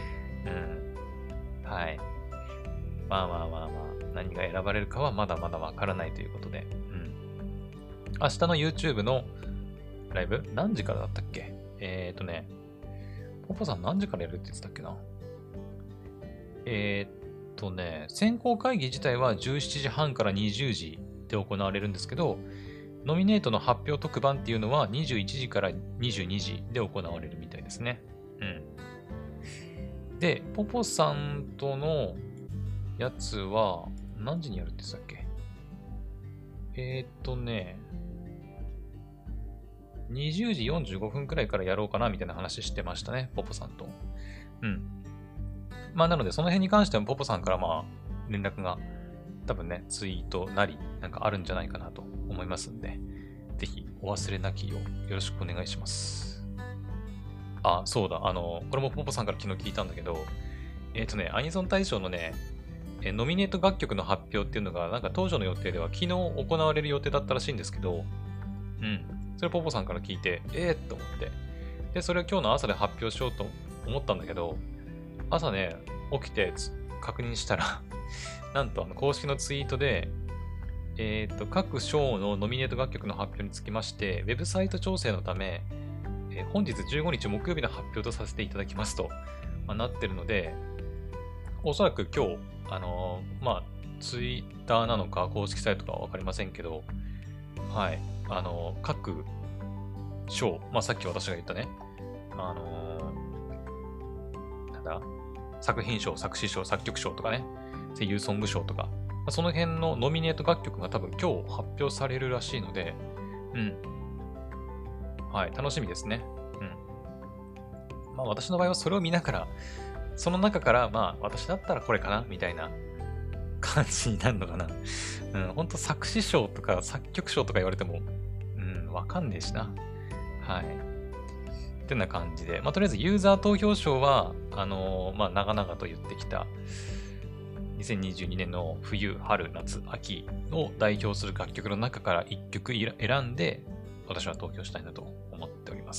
うん。はい。まあまあまあまあ、何が選ばれるかはまだまだわからないということで。うん。明日の YouTube のライブ何時からだったっけ？えーとね、ポポさん何時からやるって言ってたっけな？えーっとね、選考会議自体はじゅうしちじはんからにじゅうじで行われるんですけど、ノミネートの発表特番っていうのはにじゅういちじからにじゅうにじで行われるみたいですね。うん。で、ポポさんとのやつは何時にやるって言ってたっけ？えーっとね、にじゅうじよんじゅうごふんくらいからやろうかなみたいな話してましたね、ポポさんと。うん。まあなのでその辺に関してはポポさんからまあ連絡が多分ね、ツイートなりなんかあるんじゃないかなと思いますんで、ぜひお忘れなきようよろしくお願いします。あ、そうだ、あの、これもポポさんから昨日聞いたんだけど、えっ、ー、とね、アニソン大賞のね、えノミネート楽曲の発表っていうのが、なんか当初の予定では昨日行われる予定だったらしいんですけど、うん。それポポさんから聞いて、えー、っと思って。で、それを今日の朝で発表しようと思ったんだけど、朝ね、起きて確認したらなんとあの公式のツイートで、えー、っと、各賞のノミネート楽曲の発表につきまして、ウェブサイト調整のため、えー、本日じゅうごにち木曜日の発表とさせていただきますと、まあ、なってるので、おそらく今日、あのー、まあ、ツイッターなのか公式サイトかはわかりませんけど、はい、あのー、各賞、まあ、さっき私が言ったね、あのー、なんだ、作品賞、作詞賞、作曲賞とかね、声優ソング賞とか、まあ、その辺のノミネート楽曲が多分今日発表されるらしいので、うん。はい、楽しみですね。うん。まあ私の場合はそれを見ながら、その中から、まあ私だったらこれかなみたいな感じになるのかな。うん、ほんと作詞賞とか作曲賞とか言われても、うん、わかんねえしな。はい。ってな感じで、まあとりあえずユーザー投票賞は、あのー、まあ長々と言ってきた、にせんにじゅうにねんの冬、春、夏、秋を代表する楽曲の中からいっきょく選んで、 私は投票したいなと思っております。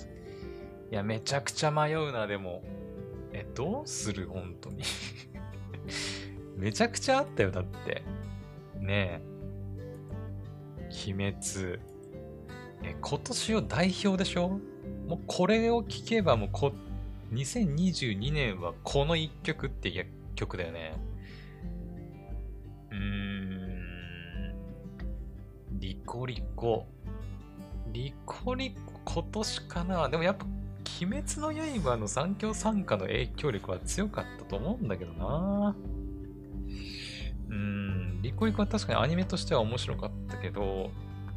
いや、めちゃくちゃ迷うな、でも。え、どうする本当に。めちゃくちゃあったよ、だって。ねえ。鬼滅。え、今年を代表でしょ？もうこれを聞けばもうこ、にせんにじゅうにねんはこの一曲っていう曲だよね。うーん。リコリコ。リコリコ今年かな。でもやっぱ鬼滅の刃の三強参加の影響力は強かったと思うんだけどな。うーん。リコリコは確かにアニメとしては面白かったけど、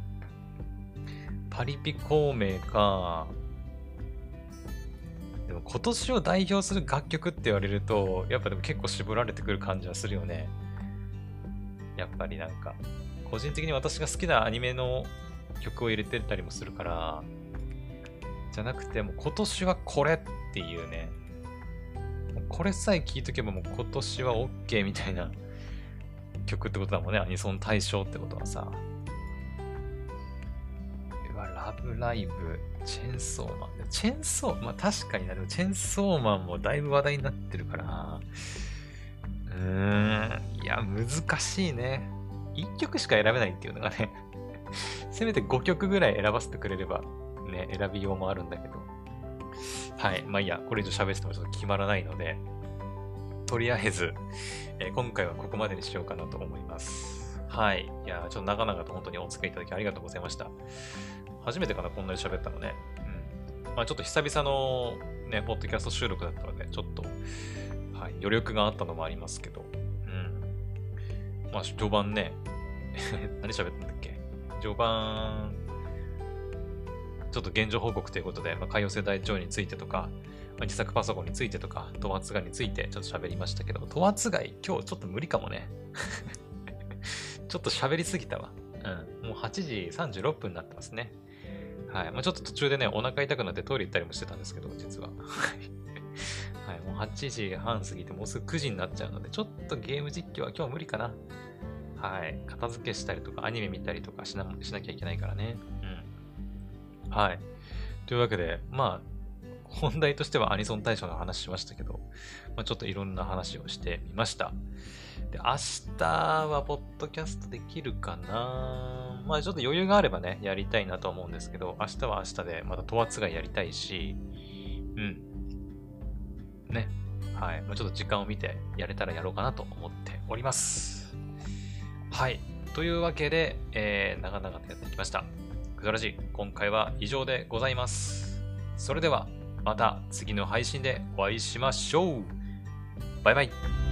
パリピ孔明か。でも今年を代表する楽曲って言われると、やっぱでも結構絞られてくる感じはするよね。やっぱりなんか、個人的に私が好きなアニメの曲を入れてたりもするから、じゃなくてもう今年はこれっていうね、これさえ聴いとけばもう今年は OK みたいな曲ってことだもんね。アニソン大賞ってことはさ。うわ、ラブライブ、チェンソーマン。チェンソー、まあ確かにな、でもチェンソーマンもだいぶ話題になってるから、うーん、いや、難しいね。いっきょくしか選べないっていうのがね、せめてごきょくぐらい選ばせてくれれば、ね、選びようもあるんだけど。はい。まあいいや、これ以上喋っててもちょっと決まらないので、とりあえず、えー今回はここまでにしようかなと思います。はい。いや、ちょっと長々と本当にお付き合いいただきありがとうございました。初めてかな、こんなに喋ったのね。うん。まあちょっと久々のね、ポッドキャスト収録だったので、ちょっと、はい、余力があったのもありますけど、うん。まあ序盤ね、何喋ったんだっけ？序盤、ちょっと現状報告ということで、まあ、海洋世代長についてとか、まあ、自作パソコンについてとか、トワツガイについてちょっと喋りましたけど、トワツガイ今日ちょっと無理かもね。ちょっと喋りすぎたわ。うん。もうはちじさんじゅうろっぷんになってますね。はい。まあ、ちょっと途中でね、お腹痛くなってトイレ行ったりもしてたんですけど、実は。はい。もうはちじはん過ぎてもうすぐくじになっちゃうので、ちょっとゲーム実況は今日無理かな。はい。片付けしたりとか、アニメ見たりとかしな、しなきゃいけないからね。うん。はい。というわけで、まあ、本題としてはアニソン大賞の話しましたけど、まあ、ちょっといろんな話をしてみました。で、明日はポッドキャストできるかな。まあちょっと余裕があればね、やりたいなと思うんですけど、明日は明日でまたトワツガイやりたいし、うん。ね。はい。まあ、ちょっと時間を見てやれたらやろうかなと思っております。はい。というわけで、えー、長々とやってきました。くだらじ、今回は以上でございます。それでは、また次の配信でお会いしましょう。バイバイ。